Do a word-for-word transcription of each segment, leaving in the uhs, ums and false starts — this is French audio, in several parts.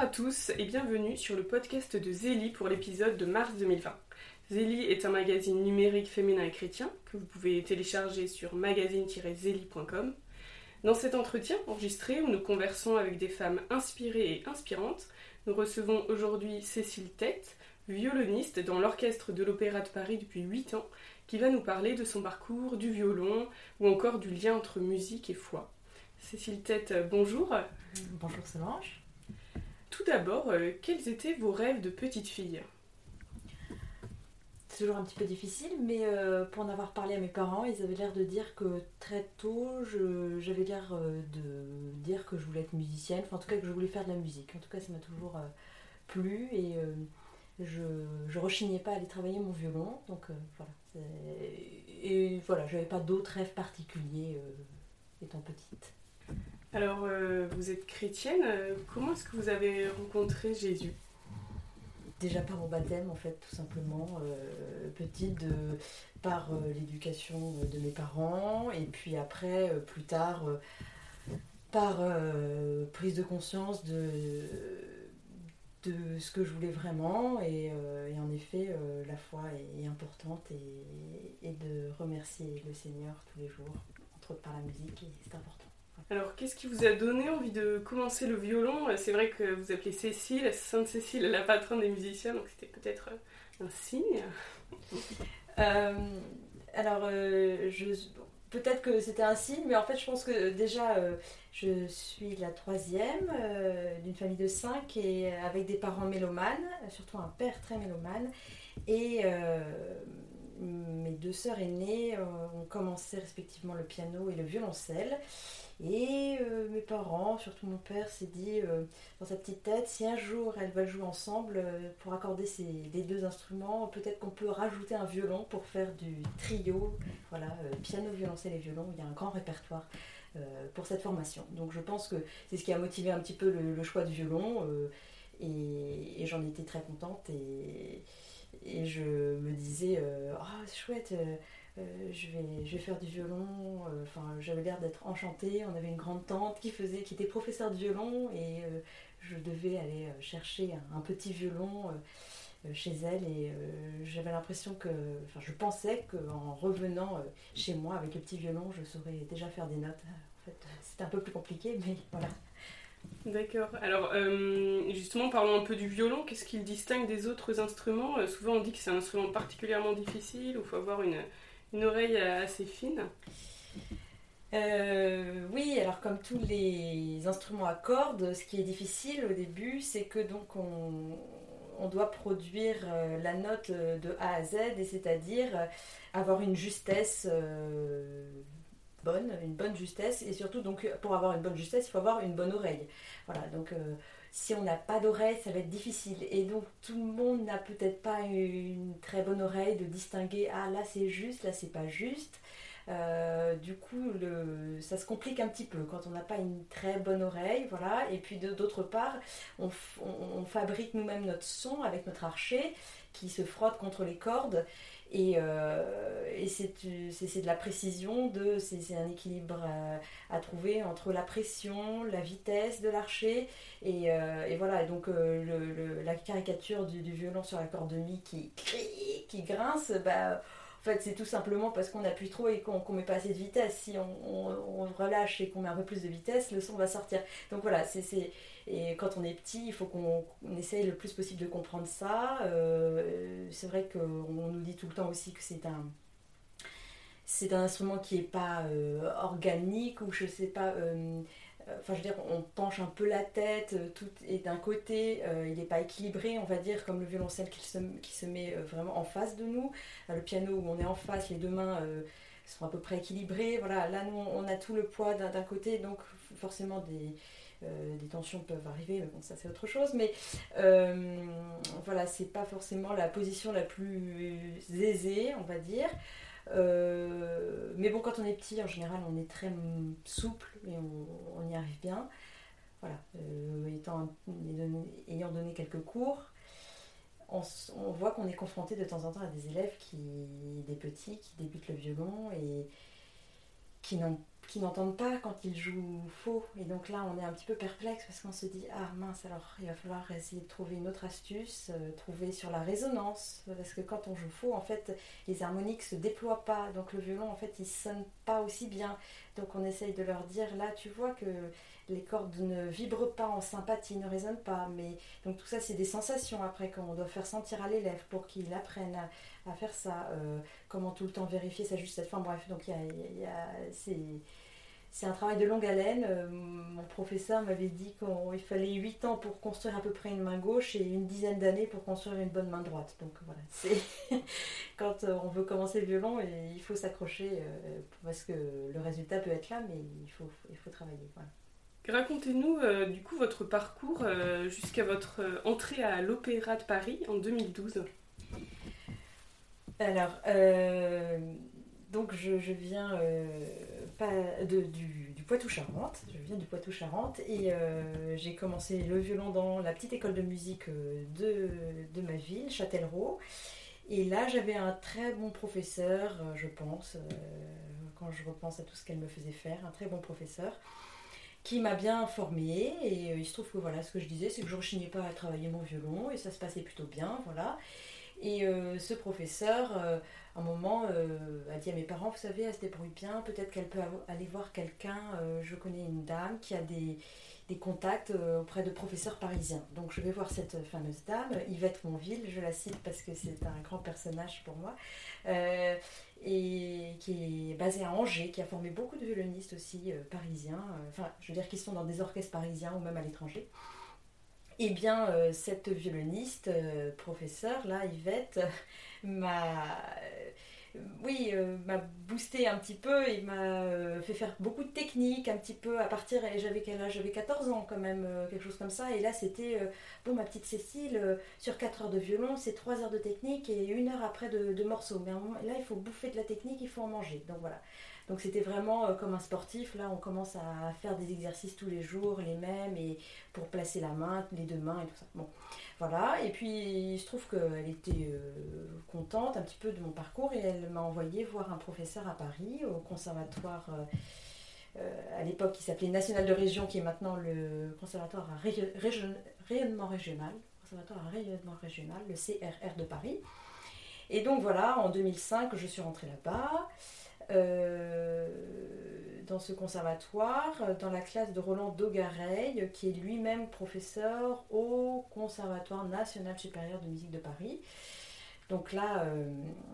à tous et bienvenue sur le podcast de Zélie pour l'épisode de mars deux mille vingt. Zélie est un magazine numérique féminin et chrétien que vous pouvez télécharger sur magazine tiret zélie point com. Dans cet entretien enregistré où nous conversons avec des femmes inspirées et inspirantes, nous recevons aujourd'hui Cécile Tête, violoniste dans l'orchestre de l'Opéra de Paris depuis huit ans, qui va nous parler de son parcours, du violon ou encore du lien entre musique et foi. Cécile Tête, bonjour. Bonjour Solange. Tout d'abord, euh, quels étaient vos rêves de petite fille ? C'est toujours un petit peu difficile, mais euh, pour en avoir parlé à mes parents, ils avaient l'air de dire que très tôt, je, j'avais l'air euh, de dire que je voulais être musicienne, enfin en tout cas que je voulais faire de la musique. En tout cas, ça m'a toujours euh, plu et euh, je, je rechignais pas à aller travailler mon violon. Donc euh, voilà. C'est... Et voilà, j'avais pas d'autres rêves particuliers euh, étant petite. Alors, euh, vous êtes chrétienne, euh, comment est-ce que vous avez rencontré Jésus ? Déjà par mon baptême, en fait, tout simplement, euh, petite, de, par euh, l'éducation de mes parents, et puis après, euh, plus tard, euh, par euh, prise de conscience de, de ce que je voulais vraiment, et, euh, et en effet, euh, la foi est, est importante, et, et de remercier le Seigneur tous les jours, entre autres par la musique, et c'est important. Alors, qu'est-ce qui vous a donné envie de commencer le violon ? C'est vrai que vous appelez Cécile, Sainte Cécile, la patronne des musiciens, donc c'était peut-être un signe. euh, alors, euh, je, peut-être que c'était un signe, mais en fait, je pense que déjà, euh, je suis la troisième euh, d'une famille de cinq et avec des parents mélomanes, surtout un père très mélomane, et euh, mes deux sœurs aînées euh, ont commencé respectivement le piano et le violoncelle. Et euh, mes parents, surtout mon père, s'est dit euh, dans sa petite tête, si un jour elles veulent jouer ensemble euh, pour accorder ces, les deux instruments, peut-être qu'on peut rajouter un violon pour faire du trio, voilà, euh, piano, violoncelle et violon. Il y a un grand répertoire euh, pour cette formation. Donc je pense que c'est ce qui a motivé un petit peu le, le choix du violon euh, et, et j'en étais très contente et, et je me disais, euh, ah c'est chouette. Euh, Euh, je, vais, je vais faire du violon, euh, enfin, j'avais l'air d'être enchantée, on avait une grande tante qui, faisait, qui était professeure de violon et euh, je devais aller chercher un, un petit violon euh, chez elle et euh, j'avais l'impression que, enfin je pensais qu'en revenant euh, chez moi avec le petit violon, je saurais déjà faire des notes. En fait, c'était un peu plus compliqué, mais voilà. D'accord. Alors, euh, justement, parlons un peu du violon. Qu'est-ce qui le distingue des autres instruments ? euh, Souvent, on dit que c'est un instrument particulièrement difficile, où il faut avoir une... une oreille assez fine. Euh, oui, alors comme tous les instruments à cordes, ce qui est difficile au début, c'est que donc on, on doit produire la note de A à Z, et c'est-à-dire avoir une justesse euh, bonne, une bonne justesse, et surtout donc pour avoir une bonne justesse, il faut avoir une bonne oreille. Voilà, donc euh, si on n'a pas d'oreille, ça va être difficile. Et donc tout le monde n'a peut-être pas une très bonne oreille de distinguer, ah là c'est juste, là c'est pas juste. Euh, du coup, le, ça se complique un petit peu quand on n'a pas une très bonne oreille, voilà. Et puis de, d'autre part, on, on, on fabrique nous-mêmes notre son avec notre archet qui se frotte contre les cordes. Et, euh, et c'est, c'est, c'est de la précision, de, c'est, c'est un équilibre à, à trouver entre la pression, la vitesse de l'archet et, euh, et voilà. Et donc euh, le, le, la caricature du, du violon sur la corde de mi qui, qui grince, bah, en fait c'est tout simplement parce qu'on appuie trop et qu'on ne met pas assez de vitesse. Si on, on, on relâche et qu'on met un peu plus de vitesse, le son va sortir. Donc voilà, c'est... c'est et quand on est petit, il faut qu'on on essaye le plus possible de comprendre ça. Euh, c'est vrai qu'on nous dit tout le temps aussi que c'est un, c'est un instrument qui n'est pas euh, organique ou je sais pas. Euh, enfin, je veux dire, on penche un peu la tête, tout est d'un côté, euh, il n'est pas équilibré, on va dire, comme le violoncelle qui se, qui se met vraiment en face de nous. Le piano où on est en face, les deux mains euh, sont à peu près équilibrées. Voilà, là, nous, on a tout le poids d'un, d'un côté, donc forcément des. Euh, des tensions peuvent arriver, mais bon, ça c'est autre chose. Mais euh, voilà, c'est pas forcément la position la plus aisée, on va dire. Euh, mais bon, quand on est petit, en général, on est très souple et on, on y arrive bien. Voilà, euh, étant, ayant donné quelques cours, on, on voit qu'on est confronté de temps en temps à des élèves qui, des petits, qui débutent le violon et qui n'ont qui n'entendent pas quand ils jouent faux. Et donc là, on est un petit peu perplexe parce qu'on se dit, ah mince, alors il va falloir essayer de trouver une autre astuce, euh, trouver sur la résonance. Parce que quand on joue faux, en fait, les harmoniques ne se déploient pas. Donc le violon, en fait, il ne sonne pas aussi bien. Donc on essaye de leur dire, là, tu vois que les cordes ne vibrent pas en sympathie, ne résonnent pas. Mais donc tout ça, c'est des sensations après qu'on doit faire sentir à l'élève pour qu'il apprenne à, à faire ça. Euh, comment tout le temps vérifier sa justesse. Enfin bref, donc il y a, y a, y a c'est, c'est un travail de longue haleine. Euh, mon professeur m'avait dit qu'il fallait huit ans pour construire à peu près une main gauche et une dizaine d'années pour construire une bonne main droite. Donc voilà, c'est quand on veut commencer le violon, il faut s'accrocher euh, parce que le résultat peut être là, mais il faut, il faut travailler. Voilà. Racontez-nous euh, du coup votre parcours euh, jusqu'à votre euh, entrée à l'Opéra de Paris en deux mille douze. Alors, euh, donc je, je viens euh, pas de, du, du Poitou-Charentes, je viens du Poitou-Charentes et euh, j'ai commencé le violon dans la petite école de musique de, de ma ville, Châtellerault. Et là, j'avais un très bon professeur, je pense, euh, quand je repense à tout ce qu'elle me faisait faire, un très bon professeur qui m'a bien formée. Et euh, il se trouve que voilà, ce que je disais, c'est que je ne rechignais pas à travailler mon violon et ça se passait plutôt bien, voilà. Et euh, ce professeur, euh, à un moment, euh, a dit à mes parents, vous savez, elle se débrouille bien, peut-être qu'elle peut aller voir quelqu'un, euh, je connais une dame qui a des, des contacts euh, auprès de professeurs parisiens. Donc je vais voir cette fameuse dame, Yvette Monville, je la cite parce que c'est un grand personnage pour moi, euh, et qui est basée à Angers, qui a formé beaucoup de violonistes aussi euh, parisiens, euh, enfin je veux dire qui sont dans des orchestres parisiens ou même à l'étranger. Eh bien, euh, cette violoniste, euh, professeure, là, Yvette, euh, m'a, euh, oui, euh, m'a boosté un petit peu et m'a euh, fait faire beaucoup de techniques, un petit peu à partir, et j'avais quel âge ? J'avais quatorze ans quand même, euh, quelque chose comme ça. Et là, c'était, euh, bon, ma petite Cécile, euh, sur quatre heures de violon, c'est trois heures de technique et une heure après de, de morceaux. Mais à un moment, là, il faut bouffer de la technique, il faut en manger. Donc voilà. Donc c'était vraiment euh, comme un sportif, là on commence à faire des exercices tous les jours, les mêmes, et pour placer la main, les deux mains et tout ça. Bon, voilà, et puis il se trouve qu'elle était euh, contente un petit peu de mon parcours et elle m'a envoyé voir un professeur à Paris, au conservatoire, euh, euh, à l'époque qui s'appelait National de Région, qui est maintenant le conservatoire à Ré- Région- rayonnement régional, conservatoire à rayonnement régional, le C R R de Paris. Et donc voilà, en deux mille cinq, je suis rentrée là-bas. Euh, dans ce conservatoire, dans la classe de Roland Daugareil, qui est lui-même professeur au Conservatoire national supérieur de musique de Paris. Donc là, euh,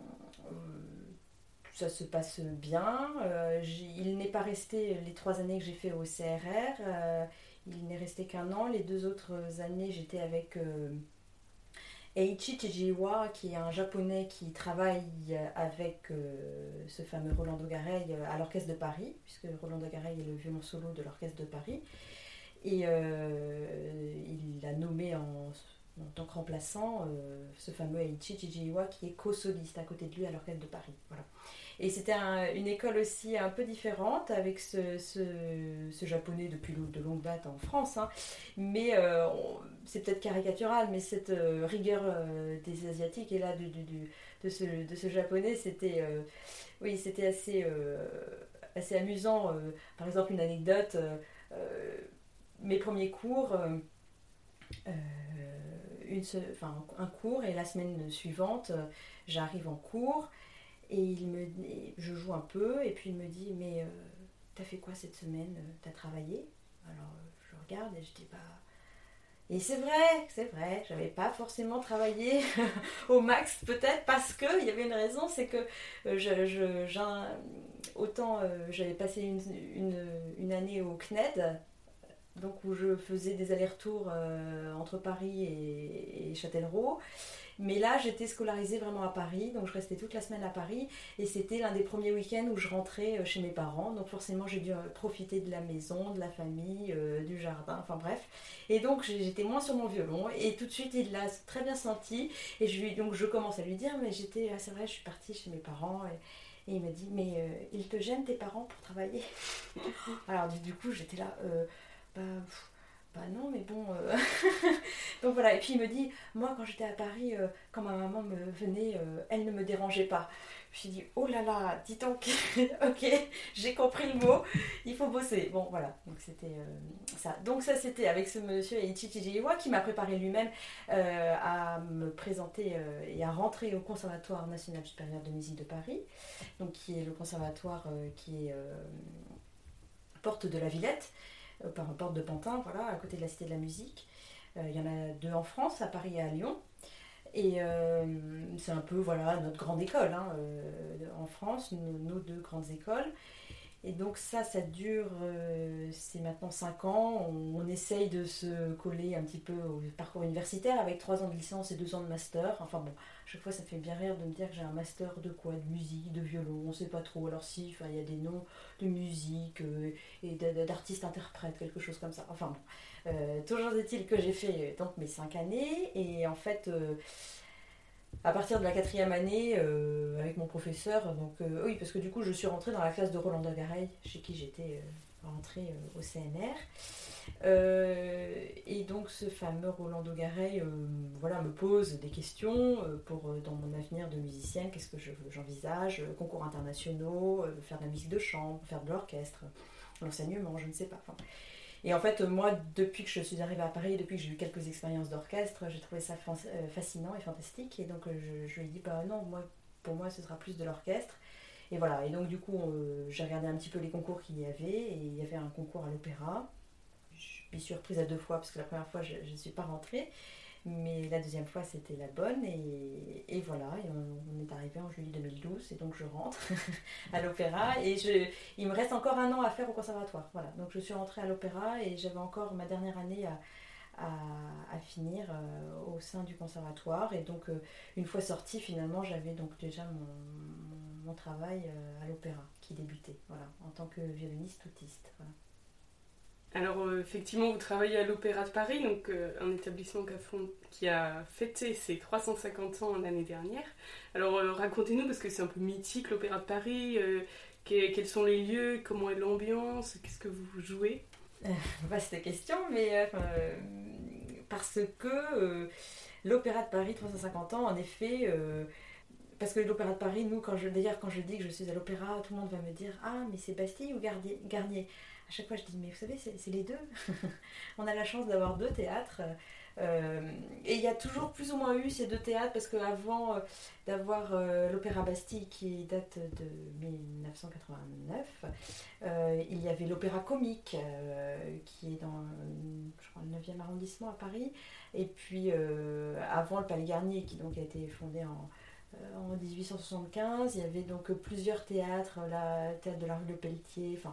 ça se passe bien. Euh, il n'est pas resté les trois années que j'ai fait au C R R. Euh, il n'est resté qu'un an. Les deux autres années, j'étais avec... Euh, Eiichi Chijiwa, qui est un japonais qui travaille avec euh, ce fameux Roland Daugareil à l'Orchestre de Paris, puisque Roland Daugareil est le violon solo de l'Orchestre de Paris. Et euh, il l'a nommé en, en tant que remplaçant euh, ce fameux Eiichi Chijiwa, qui est co-soliste à côté de lui à l'Orchestre de Paris. Voilà. Et c'était un, une école aussi un peu différente avec ce, ce, ce japonais depuis de longue date en France, hein. Mais euh, on, c'est peut-être caricatural, mais cette euh, rigueur euh, des Asiatiques et là du, du, du, de, ce, de ce japonais, c'était, euh, oui, c'était assez, euh, assez amusant. Euh, par exemple, une anecdote, euh, euh, mes premiers cours, euh, euh, une, enfin, un cours, et la semaine suivante, euh, j'arrive en cours. Et il me, je joue un peu, et puis il me dit, mais euh, t'as fait quoi cette semaine ? T'as travaillé ? Alors je regarde et je dis, bah... Et c'est vrai, c'est vrai, j'avais pas forcément travaillé au max, peut-être parce qu'il y avait une raison, c'est que euh, je, je, j'ai, autant euh, j'avais passé une, une, une année au C N E D, donc où je faisais des allers-retours euh, entre Paris et, et Châtellerault. Mais là, j'étais scolarisée vraiment à Paris, donc je restais toute la semaine à Paris, et c'était l'un des premiers week-ends où je rentrais chez mes parents, donc forcément j'ai dû profiter de la maison, de la famille, euh, du jardin, enfin bref. Et donc j'étais moins sur mon violon, et tout de suite il l'a très bien senti, et je lui, donc je commence à lui dire, mais j'étais, ah, c'est vrai, je suis partie chez mes parents, et, et il m'a dit, mais euh, ils te gênent tes parents pour travailler ? Alors du, du coup j'étais là, euh, bah... Pff, bah non, mais bon. Euh... Donc voilà, et puis il me dit, moi quand j'étais à Paris, euh, quand ma maman me venait, euh, elle ne me dérangeait pas. Je me suis dit, oh là là, dis donc, ok, j'ai compris le mot, il faut bosser. Bon voilà, donc c'était euh, ça. Donc ça c'était avec ce monsieur Eiichi Chijiwa qui m'a préparé lui-même euh, à me présenter euh, et à rentrer au Conservatoire National Supérieur de Musique de Paris, donc qui est le conservatoire euh, qui est euh, porte de la Villette, euh, par porte de Pantin, voilà, à côté de la Cité de la Musique. Il euh, y en a deux en France, à Paris et à Lyon. Et euh, c'est un peu voilà, notre grande école hein, euh, en France, nos, nos deux grandes écoles. Et donc ça, ça dure, euh, c'est maintenant cinq ans. On, on essaye de se coller un petit peu au parcours universitaire avec trois ans de licence et deux ans de master. Enfin bon, à chaque fois ça me fait bien rire de me dire que j'ai un master de quoi? De musique, de violon, on ne sait pas trop. Alors si, il y a des noms de musique euh, et d'artistes interprètes, quelque chose comme ça. Enfin bon, euh, toujours est-il que j'ai fait donc mes cinq années et en fait... Euh, à partir de la quatrième année, euh, avec mon professeur, donc euh, oui, parce que du coup, je suis rentrée dans la classe de Rolando Garay, chez qui j'étais euh, rentrée euh, au C N R. Euh, et donc, ce fameux Rolando Garay, euh, voilà, me pose des questions euh, pour euh, dans mon avenir de musicienne, qu'est-ce que je, j'envisage, euh, concours internationaux, euh, faire de la musique de chambre, faire de l'orchestre, l'enseignement, je ne sais pas. Enfin, et en fait, moi, depuis que je suis arrivée à Paris, depuis que j'ai eu quelques expériences d'orchestre, j'ai trouvé ça fascinant et fantastique. Et donc, je, je lui ai dit, bah non, moi, pour moi, ce sera plus de l'orchestre. Et voilà. Et donc, du coup, euh, j'ai regardé un petit peu les concours qu'il y avait. Et il y avait un concours à l'opéra. Je m'y suis reprise à deux fois, parce que la première fois, je ne suis pas rentrée. Mais la deuxième fois, c'était la bonne. Et, et voilà, et on, on est arrivé en juillet deux mille douze. Et donc, je rentre à l'opéra. Et je, il me reste encore un an à faire au conservatoire. Voilà. Donc, je suis rentrée à l'opéra et j'avais encore ma dernière année à, à, à finir euh, au sein du conservatoire. Et donc, euh, une fois sortie, finalement, j'avais donc déjà mon, mon, mon travail euh, à l'opéra qui débutait. Voilà, en tant que violoniste autiste. Voilà. Alors euh, effectivement, vous travaillez à l'Opéra de Paris, donc euh, un établissement qui a fêté ses trois cent cinquante ans l'année dernière. Alors euh, racontez-nous, parce que c'est un peu mythique l'Opéra de Paris, euh, que, quels sont les lieux, comment est l'ambiance, qu'est-ce que vous jouez? euh, Vaste question, mais euh, parce que euh, l'Opéra de Paris, trois cent cinquante ans, en effet... Euh, parce que l'Opéra de Paris, nous, quand je, d'ailleurs, quand je dis que je suis à l'Opéra, tout le monde va me dire « Ah, mais c'est Bastille ou Garnier, Garnier ?» À chaque fois, je dis, mais vous savez, c'est, c'est les deux. On a la chance d'avoir deux théâtres. Euh, et il y a toujours plus ou moins eu ces deux théâtres, parce qu'avant euh, d'avoir euh, l'Opéra Bastille, qui date de dix-neuf cent quatre-vingt-neuf, euh, il y avait l'Opéra Comique, euh, qui est dans je crois, le neuvième arrondissement à Paris. Et puis, euh, avant le Palais Garnier, qui donc a été fondé en... en dix-huit cent soixante-quinze, il y avait donc plusieurs théâtres, le théâtre de la rue Le Pelletier, enfin...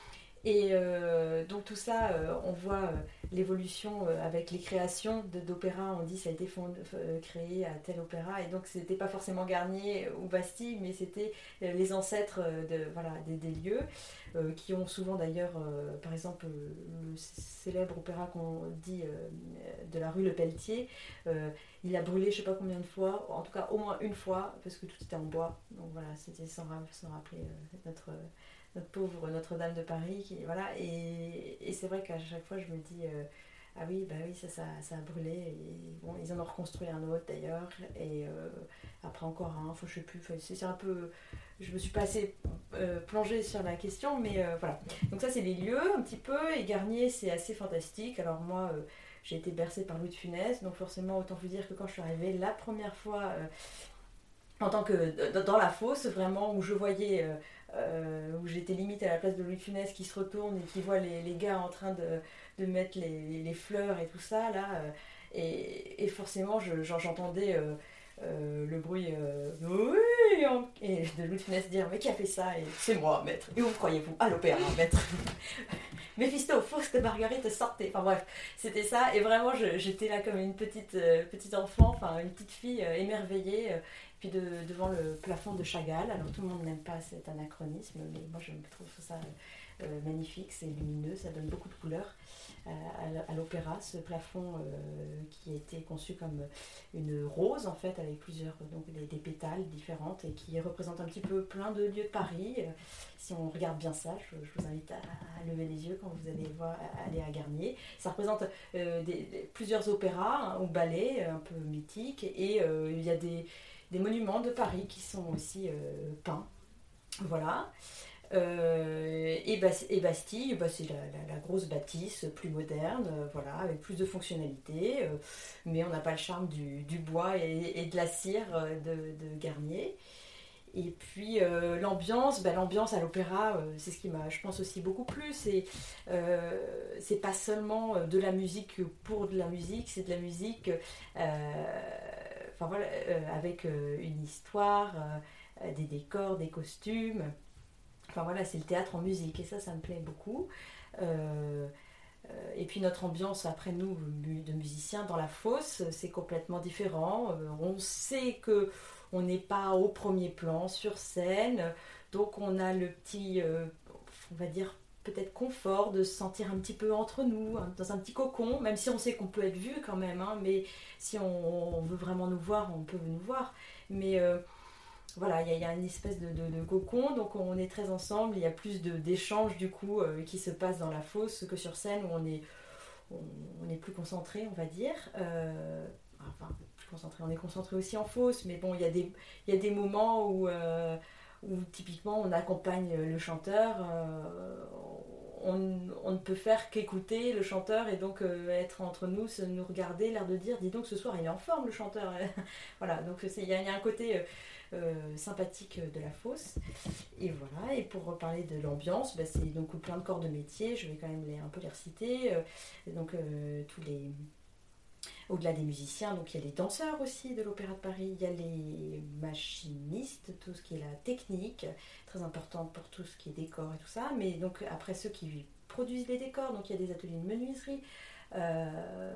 Et euh, donc tout ça, euh, on voit euh, l'évolution euh, avec les créations de, d'opéra. On dit ça a été fond, euh, créé à tel opéra, et donc c'était pas forcément Garnier ou Bastille, mais c'était euh, les ancêtres euh, de, voilà, des, des lieux, euh, qui ont souvent d'ailleurs, euh, par exemple, le célèbre opéra qu'on dit euh, de la rue Le Pelletier, euh, il a brûlé je sais pas combien de fois, en tout cas au moins une fois, parce que tout était en bois. Donc voilà, c'était sans, sans rappeler euh, notre... Euh, notre pauvre Notre-Dame de Paris, qui, voilà, et, et c'est vrai qu'à chaque fois je me dis, euh, ah oui, bah oui, ça, ça, ça a brûlé, et bon, ils en ont reconstruit un autre d'ailleurs, et euh, après encore un, faut, je sais plus, c'est, c'est un peu, je me suis pas assez euh, plongée sur la question, mais euh, voilà. Donc ça c'est les lieux un petit peu, et Garnier c'est assez fantastique. Alors moi, euh, j'ai été bercée par Louis de Funès, donc forcément autant vous dire que quand je suis arrivée la première fois, euh, en tant que dans la fosse, vraiment, où je voyais... Euh, Euh, où j'étais limite à la place de Louis de Funès qui se retourne et qui voit les, les gars en train de, de mettre les, les fleurs et tout ça là, euh, et, et forcément je, genre, j'entendais euh, euh, le bruit euh, oui, et de Louis de Funès dire mais qui a fait ça, et c'est moi maître, et où croyez-vous à l'opéra maître. Méphisto, Faust et Marguerite, sortez. Enfin bref, c'était ça, et vraiment je, j'étais là comme une petite, euh, petite enfant, enfin une petite fille euh, émerveillée, euh, puis de, devant le plafond de Chagall. Alors tout le monde n'aime pas cet anachronisme, mais moi je trouve ça euh, magnifique, c'est lumineux, ça donne beaucoup de couleurs à, à l'opéra, ce plafond euh, qui a été conçu comme une rose en fait, avec plusieurs donc des, des pétales différentes et qui représente un petit peu plein de lieux de Paris. Euh, si on regarde bien ça, je, je vous invite à, à lever les yeux quand vous allez voir, à aller à Garnier. Ça représente euh, des, des, plusieurs opéras hein, ou ballets un peu mythiques et euh, il y a des, des monuments de Paris qui sont aussi euh, peints. Voilà. Euh, et, Bas- et Bastille, bah, c'est la, la- la grosse bâtisse plus moderne, euh, voilà, avec plus de fonctionnalités, euh, mais on n'a pas le charme du, du bois et, et de la cire euh, de, de Garnier. Et puis euh, l'ambiance, bah, l'ambiance à l'opéra, euh, c'est ce qui m'a, je pense, aussi beaucoup plu. C'est, euh, c'est pas seulement euh, de la musique pour de la musique, c'est de la musique euh, enfin, voilà, euh, avec euh, une histoire, euh, des décors, des costumes. Enfin voilà, c'est le théâtre en musique et ça, ça me plaît beaucoup. Euh, euh, et puis notre ambiance, après nous, de musiciens dans la fosse, c'est complètement différent. Euh, on sait que on n'est pas au premier plan sur scène, donc on a le petit, euh, on va dire peut-être confort de se sentir un petit peu entre nous, hein, dans un petit cocon, même si on sait qu'on peut être vu quand même, hein, mais si on, on veut vraiment nous voir, on peut nous voir. Mais euh, voilà, il y, a- y a une espèce de, de- de cocon, donc on est très ensemble, il y a plus de- d'échanges du coup euh, qui se passent dans la fosse que sur scène où on est, on, on est plus concentré, on va dire. Euh, enfin, plus concentré, on est concentré aussi en fosse, mais bon, il y a des, il y a des moments où, euh, où typiquement on accompagne le chanteur, euh, on, on ne peut faire qu'écouter le chanteur et donc euh, être entre nous, se nous regarder, l'air de dire, dis donc ce soir il est en forme le chanteur. Voilà, donc c'est- il y, a il y a un côté euh, euh, sympathique de la fosse. Et voilà, et pour reparler de l'ambiance, bah, c'est donc plein de corps de métier, je vais quand même les, un peu les reciter. Euh, donc euh, tous les... Au-delà des musiciens, donc il y a les danseurs aussi de l'Opéra de Paris, il y a les machinistes, tout ce qui est la technique, très important pour tout ce qui est décor et tout ça, mais donc après ceux qui produisent les décors, donc il y a des ateliers de menuiserie, euh,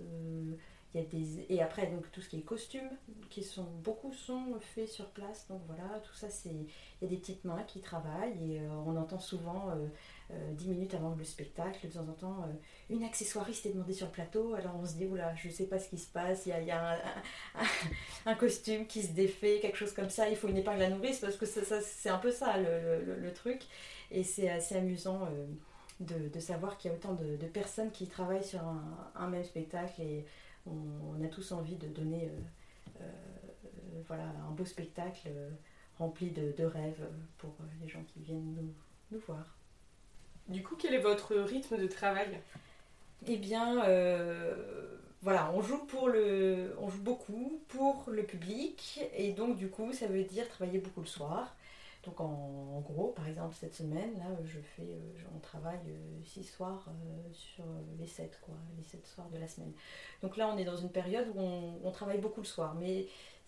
il y a des, et après donc tout ce qui est costumes, qui sont, beaucoup sont faits sur place, donc voilà, tout ça c'est, il y a des petites mains qui travaillent et euh, on entend souvent euh, euh, dix minutes avant le spectacle, de temps en temps, euh, une accessoiriste est demandée sur le plateau, alors on se dit, oula, je sais pas ce qui se passe, il y a, il y a un, un, un costume qui se défait, quelque chose comme ça, il faut une épingle à nourrice, parce que ça, ça, c'est un peu ça le, le, le truc, et c'est assez amusant euh, de, de savoir qu'il y a autant de, de personnes qui travaillent sur un, un même spectacle, et on, on a tous envie de donner euh, euh, voilà, un beau spectacle euh, rempli de, de rêves pour les gens qui viennent nous, nous voir. Du coup, quel est votre rythme de travail ? Eh bien, euh, voilà, on joue pour le, on joue beaucoup pour le public et donc du coup, ça veut dire travailler beaucoup le soir. Donc en, en gros, par exemple cette semaine, là, je fais, euh, on travaille euh, six soirs euh, sur les sept, quoi, les sept soirs de la semaine. Donc là, on est dans une période où on, on travaille beaucoup le soir, mais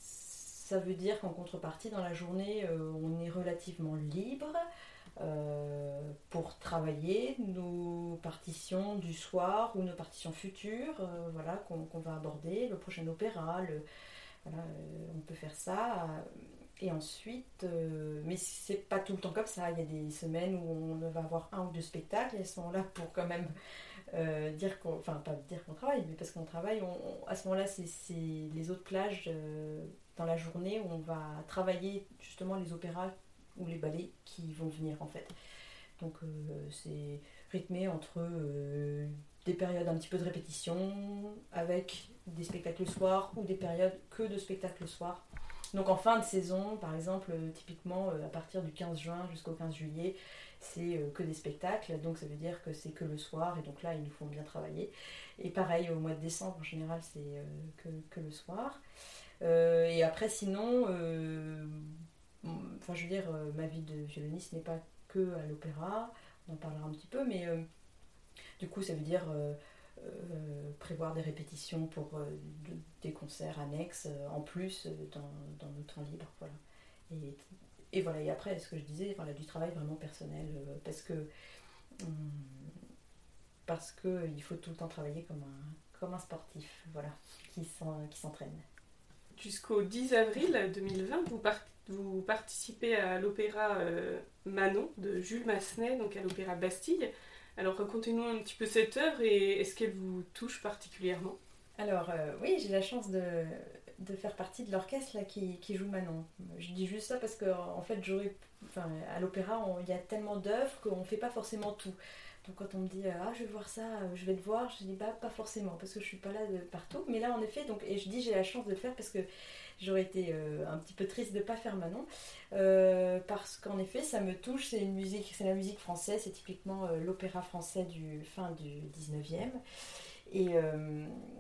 ça veut dire qu'en contrepartie, dans la journée, euh, on est relativement libre. Euh, pour travailler nos partitions du soir ou nos partitions futures, euh, voilà, qu'on, qu'on va aborder, le prochain opéra, le, voilà, euh, on peut faire ça. Et ensuite, euh, mais c'est pas tout le temps comme ça. Il y a des semaines où on va avoir un ou deux spectacles et elles sont là pour quand même euh, dire qu'on, enfin pas dire qu'on travaille, mais parce qu'on travaille. On, on, à ce moment-là, c'est, c'est les autres plages euh, dans la journée où on va travailler justement les opéras ou les ballets qui vont venir en fait. Donc euh, c'est rythmé entre euh, des périodes un petit peu de répétition avec des spectacles le soir ou des périodes que de spectacles le soir. Donc en fin de saison, par exemple, euh, typiquement euh, à partir du quinze juin jusqu'au quinze juillet, c'est euh, que des spectacles, donc ça veut dire que c'est que le soir, et donc là ils nous font bien travailler. Et pareil au mois de décembre en général c'est euh, que, que le soir. Euh, et après sinon, euh, enfin je veux dire, euh, ma vie de violoniste n'est pas que à l'opéra, on en parlera un petit peu, mais euh, du coup ça veut dire euh, euh, prévoir des répétitions pour euh, de, des concerts annexes euh, en plus euh, dans, dans nos temps libres, voilà. Et, et voilà, et après ce que je disais, voilà, du travail vraiment personnel, euh, parce que hum, parce que il faut tout le temps travailler comme un, comme un sportif, voilà, qui, s'en, qui s'entraîne. jusqu'au dix avril deux mille vingt, vous, part- vous participez à l'opéra euh, Manon de Jules Massenet, donc à l'opéra Bastille. Alors racontez-nous un petit peu cette œuvre et est-ce qu'elle vous touche particulièrement? Alors euh, oui, j'ai la chance de, de faire partie de l'orchestre là, qui, qui joue Manon. Je dis juste ça parce que en fait, j'aurais, enfin, à l'opéra, on- il y a tellement d'œuvres qu'on ne fait pas forcément tout. Donc quand on me dit euh, ah je vais voir ça, euh, je vais te voir, je dis bah pas forcément parce que je suis pas là de partout. Mais là en effet, donc et je dis j'ai la chance de le faire parce que j'aurais été euh, un petit peu triste de pas faire Manon. Euh, parce qu'en effet ça me touche, c'est une musique, c'est la musique française, c'est typiquement euh, l'opéra français du fin du dix-neuvième. Et euh,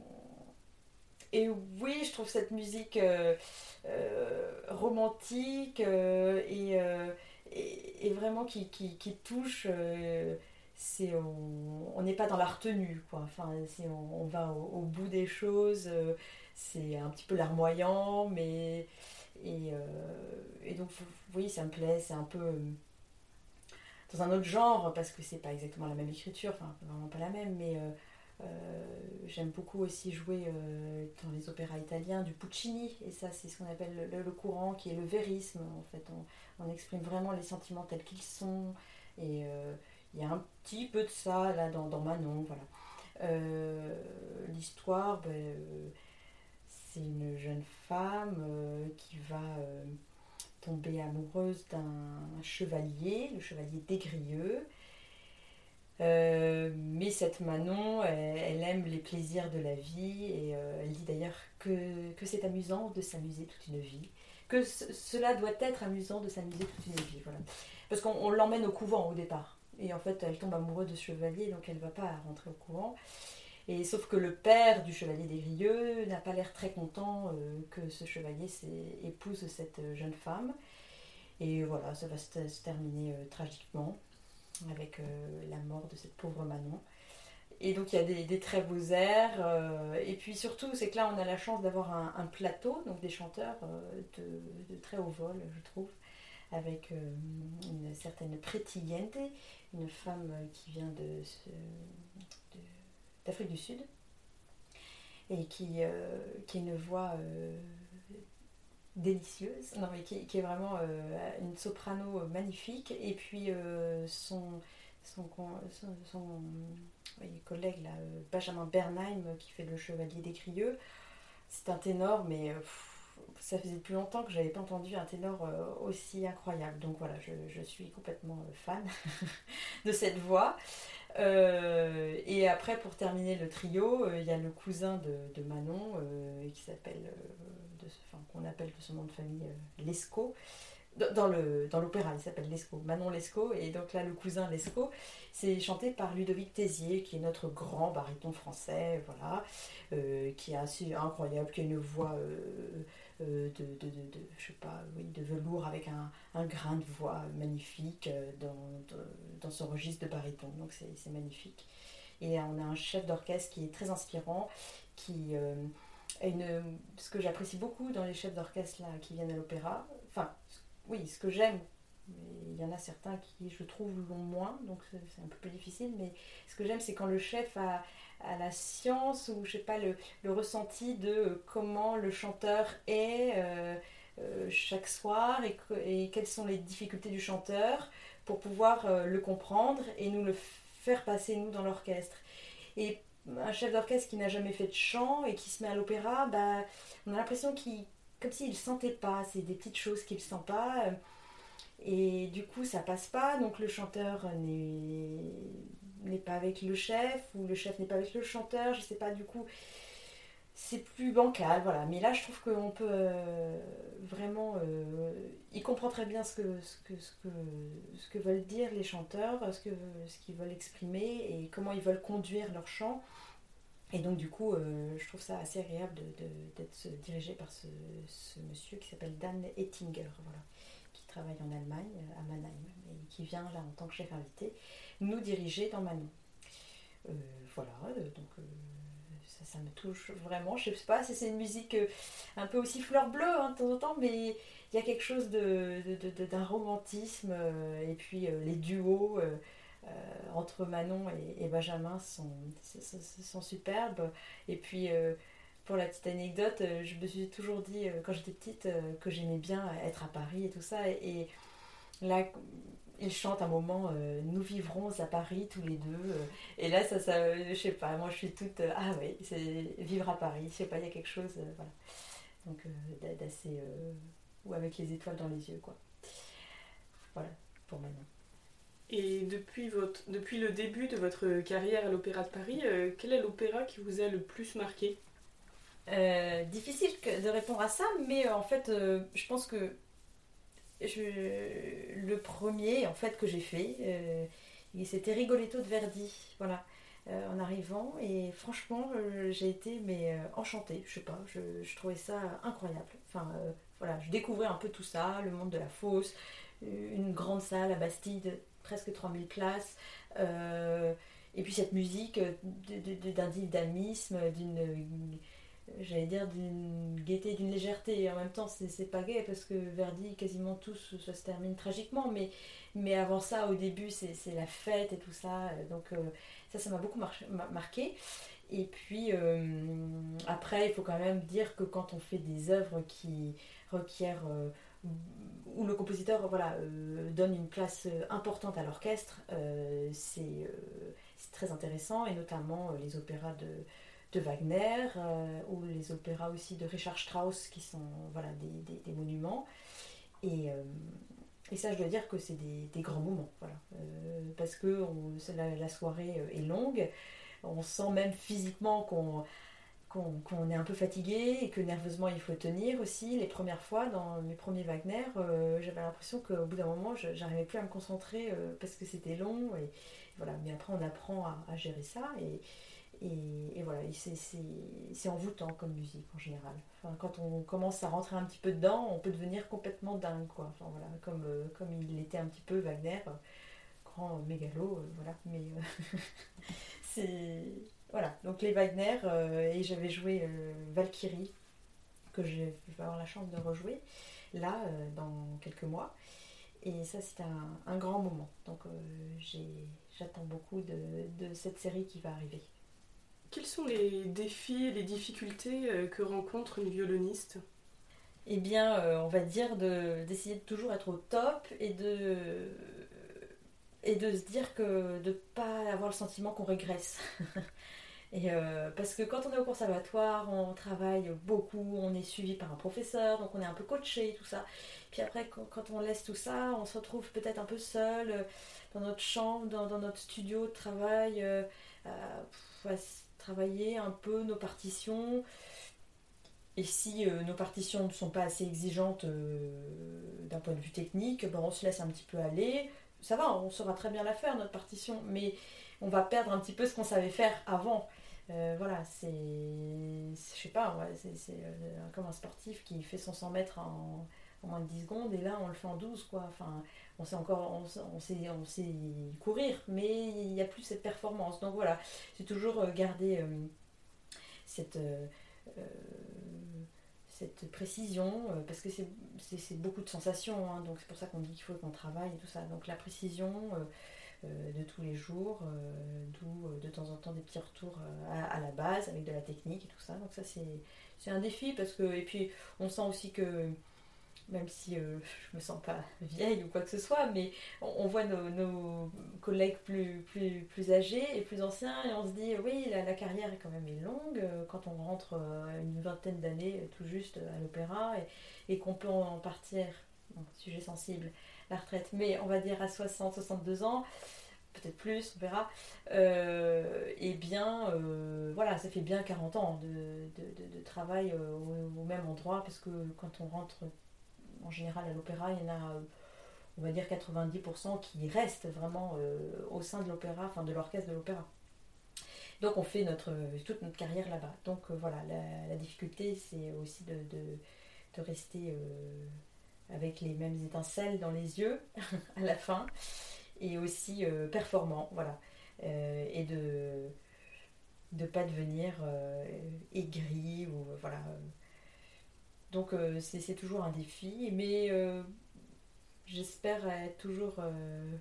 Et oui, je trouve cette musique euh, euh, romantique euh, et, euh, et, et vraiment qui, qui, qui touche. Euh, c'est, on n'est pas dans la retenue, quoi. Enfin, c'est, on, on va au, au bout des choses. Euh, c'est un petit peu larmoyant, mais. Et, euh, et donc, oui, ça me plaît. C'est un peu euh, dans un autre genre, parce que c'est pas exactement la même écriture, enfin, vraiment pas la même, mais. Euh, euh, j'aime beaucoup aussi jouer euh, dans les opéras italiens du Puccini, et ça c'est ce qu'on appelle le, le courant qui est le vérisme. En fait, on, on exprime vraiment les sentiments tels qu'ils sont, et euh, il y a un petit peu de ça là dans, dans Manon. Voilà. Euh, L'histoire, ben, euh, c'est une jeune femme euh, qui va euh, tomber amoureuse d'un chevalier, le chevalier Desgrieux. Euh, mais cette Manon, elle, elle aime les plaisirs de la vie et euh, elle dit d'ailleurs que, que c'est amusant de s'amuser toute une vie, que ce- cela doit être amusant de s'amuser toute une vie, voilà. Parce qu'on on l'emmène au couvent au départ. Et en fait, elle tombe amoureuse de ce chevalier, donc elle ne va pas rentrer au couvent. Et sauf que le père du chevalier des Grieux n'a pas l'air très content euh, que ce chevalier s'é- épouse cette jeune femme. Et voilà, ça va se, se terminer euh, tragiquement avec euh, la mort de cette pauvre Manon. Et donc il y a des, des très beaux airs. Euh, et puis surtout, c'est que là, on a la chance d'avoir un, un plateau, donc des chanteurs euh, de, de très haut vol, je trouve, avec euh, une certaine Preti Yente, une femme qui vient de, de- d'Afrique du Sud, et qui, euh, qui a une voix euh, délicieuse, non mais qui, qui est vraiment euh, une soprano magnifique, et puis euh, son, son, son, son oui, collègue là, euh, Benjamin Bernheim qui fait le chevalier des Crieux, c'est un ténor, mais euh, pff, ça faisait plus longtemps que j'avais pas entendu un ténor euh, aussi incroyable, donc voilà, je, je suis complètement euh, fan de cette voix. Euh, et après, pour terminer le trio, euh, il y a le cousin de, de Manon euh, qui s'appelle, euh, de, enfin, qu'on appelle de son nom de famille euh, Lescaut. Dans, dans le, dans l'opéra, il s'appelle Lescaut, Manon Lescaut. Et donc là, le cousin Lescaut, c'est chanté par Ludovic Tézier, qui est notre grand baryton français, voilà, euh, qui est assez incroyable, qui a une voix euh, euh, de, de, de, de, je sais pas, oui, de velours avec un, un grain de voix magnifique euh, dans, de- dans son registre de baryton. Donc c'est, c'est magnifique. Et on a un chef d'orchestre qui est très inspirant, qui euh, a une, ce que j'apprécie beaucoup dans les chefs d'orchestre là, qui viennent à l'opéra, enfin, oui, ce que j'aime, mais il y en a certains qui, je trouve, l'ont moins, donc c'est, c'est un peu plus difficile, mais ce que j'aime, c'est quand le chef a, a la science ou, je sais pas, le, le ressenti de comment le chanteur est euh, euh, chaque soir et, que- et quelles sont les difficultés du chanteur pour pouvoir euh, le comprendre et nous le faire passer, nous, dans l'orchestre. Et un chef d'orchestre qui n'a jamais fait de chant et qui se met à l'opéra, bah, on a l'impression qu'il, comme s'il ne sentait pas, c'est des petites choses qu'il ne sent pas. euh, Et du coup, ça passe pas, donc le chanteur n'est, n'est pas avec le chef, ou le chef n'est pas avec le chanteur, je sais pas, du coup, c'est plus bancal, voilà. Mais là, je trouve qu'on peut euh, vraiment. Euh, il comprend très bien ce que, ce, que, ce, que, ce que veulent dire les chanteurs, ce, que, ce qu'ils veulent exprimer et comment ils veulent conduire leur chant. Et donc, du coup, euh, je trouve ça assez agréable de, de, d'être dirigé par ce, ce monsieur qui s'appelle Dan Ettinger, voilà, qui travaille en Allemagne, à Mannheim, et qui vient là en tant que chef invité nous diriger dans Manon. Euh, voilà, euh, donc. Euh, ça, ça me touche vraiment. Je sais pas si c'est une musique euh, un peu aussi fleur bleue hein, de temps en temps, mais il y a quelque chose de, de- de- de- d'un romantisme. Euh, et puis euh, les duos euh, euh, entre Manon et, et Benjamin sont, sont, sont superbes. Et puis euh, pour la petite anecdote, euh, je me suis toujours dit, euh, quand j'étais petite, euh, que j'aimais bien être à Paris et tout ça. Et, et là, il chante un moment euh, Nous vivrons à Paris tous les deux. euh, et là, ça, ça, euh, je sais pas, moi je suis toute. euh, ah oui, c'est vivre à Paris, je sais pas, il y a quelque chose. euh, voilà. Donc, euh, d'assez. Euh, ou avec les étoiles dans les yeux, quoi. Voilà, pour maintenant. Et depuis, votre, depuis le début de votre carrière à l'Opéra de Paris, euh, quel est l'opéra qui vous a le plus marqué? Euh, difficile de répondre à ça, mais euh, en fait, euh, je pense que je, le premier en fait que j'ai fait, euh, c'était Rigoletto de Verdi, voilà, euh, en arrivant. Et franchement, euh, j'ai été mais euh, enchantée. Je sais pas, je, je trouvais ça incroyable. Enfin, euh, voilà, je découvrais un peu tout ça, le monde de la fosse, une grande salle à Bastide, presque trois mille places. euh, et puis cette musique de- de- de- d'un dynamisme, d'une j'allais dire d'une gaieté, d'une légèreté. Et en même temps, c'est, c'est pas gai parce que Verdi, quasiment tous, ça se termine tragiquement. Mais, mais avant ça, au début, c'est, c'est la fête et tout ça. Donc euh, ça, ça m'a beaucoup mar- marqué. Et puis euh, après, il faut quand même dire que quand on fait des œuvres qui requièrent euh, où le compositeur voilà, euh, donne une place euh, importante à l'orchestre, euh, c'est, euh, c'est très intéressant, et notamment euh, les opéras de, de Wagner, euh, ou les opéras aussi de Richard Strauss, qui sont voilà, des, des, des monuments. Et, euh, et ça, je dois dire que c'est des, des grands moments, voilà. Euh, parce que on, la, la soirée est longue, on sent même physiquement qu'on qu'on, qu'on est un peu fatigué et que nerveusement il faut tenir aussi. Les premières fois, dans mes premiers Wagner, euh, j'avais l'impression qu'au bout d'un moment, je n'arrivais plus à me concentrer euh, parce que c'était long. Et, voilà. Mais après, on apprend à, à gérer ça. Et, et, et voilà, et c'est, c'est, c'est envoûtant comme musique en général. Enfin, quand on commence à rentrer un petit peu dedans, on peut devenir complètement dingue, quoi. Enfin, voilà, comme, euh, comme il l'était un petit peu Wagner, euh, grand mégalo, euh, voilà. Mais euh, c'est voilà, donc les Wagner, euh, et j'avais joué euh, Valkyrie, que je vais avoir la chance de rejouer là euh, dans quelques mois. Et ça, c'était un, un grand moment. Donc euh, j'ai, j'attends beaucoup de, de cette série qui va arriver. Quels sont les défis et les difficultés euh, que rencontre une violoniste? Eh bien, euh, on va dire de, d'essayer de toujours être au top, et de, et de se dire que de ne pas avoir le sentiment qu'on régresse. Et euh, parce que quand on est au conservatoire, on travaille beaucoup, on est suivi par un professeur, donc on est un peu coaché, tout ça. Puis après, quand, quand on laisse tout ça, on se retrouve peut-être un peu seul euh, dans notre chambre, dans, dans notre studio de travail, euh, à, à travailler un peu nos partitions. Et si euh, nos partitions ne sont pas assez exigeantes euh, d'un point de vue technique, ben on se laisse un petit peu aller. Ça va, on saura très bien la faire, notre partition, mais on va perdre un petit peu ce qu'on savait faire avant. Euh, voilà, c'est, je sais pas, ouais, c'est, c'est euh, comme un sportif qui fait son cent mètres en, en moins de dix secondes, et là on le fait en douze, quoi. Enfin, on sait encore, on, on sait, on sait courir, mais il n'y a plus cette performance. Donc voilà, c'est toujours euh, garder euh, cette, euh, euh, cette précision, euh, parce que c'est, c'est, c'est beaucoup de sensations, hein, donc c'est pour ça qu'on dit qu'il faut qu'on travaille et tout ça. Donc la précision, euh, euh, de tous les jours, euh, d'où euh, de temps en temps des petits retours euh, à, à la base avec de la technique et tout ça. Donc ça c'est, c'est un défi, parce que, et puis on sent aussi que même si euh, je me sens pas vieille ou quoi que ce soit, mais on, on voit nos, nos collègues plus, plus, plus âgés et plus anciens, et on se dit oui, la, la carrière est quand même longue, euh, quand on rentre euh, une vingtaine d'années euh, tout juste à l'opéra, et, et qu'on peut en partir, bon, sujet sensible, la retraite, mais on va dire à soixante soixante-deux ans, peut-être plus, on verra, euh, et bien euh, voilà, ça fait bien quarante ans de, de, de, de travail euh, au, au même endroit, parce que quand on rentre en général à l'opéra, il y en a, on va dire quatre-vingt-dix pour cent qui restent vraiment euh, au sein de l'opéra, enfin de l'orchestre de l'opéra. Donc on fait notre, toute notre carrière là-bas. Donc euh, voilà, la, la difficulté, c'est aussi de, de, de rester euh, avec les mêmes étincelles dans les yeux à la fin, et aussi euh, performant, voilà. Euh, et de ne pas devenir euh, aigri, ou euh, voilà. Donc euh, c'est, c'est toujours un défi, mais euh, j'espère être toujours euh,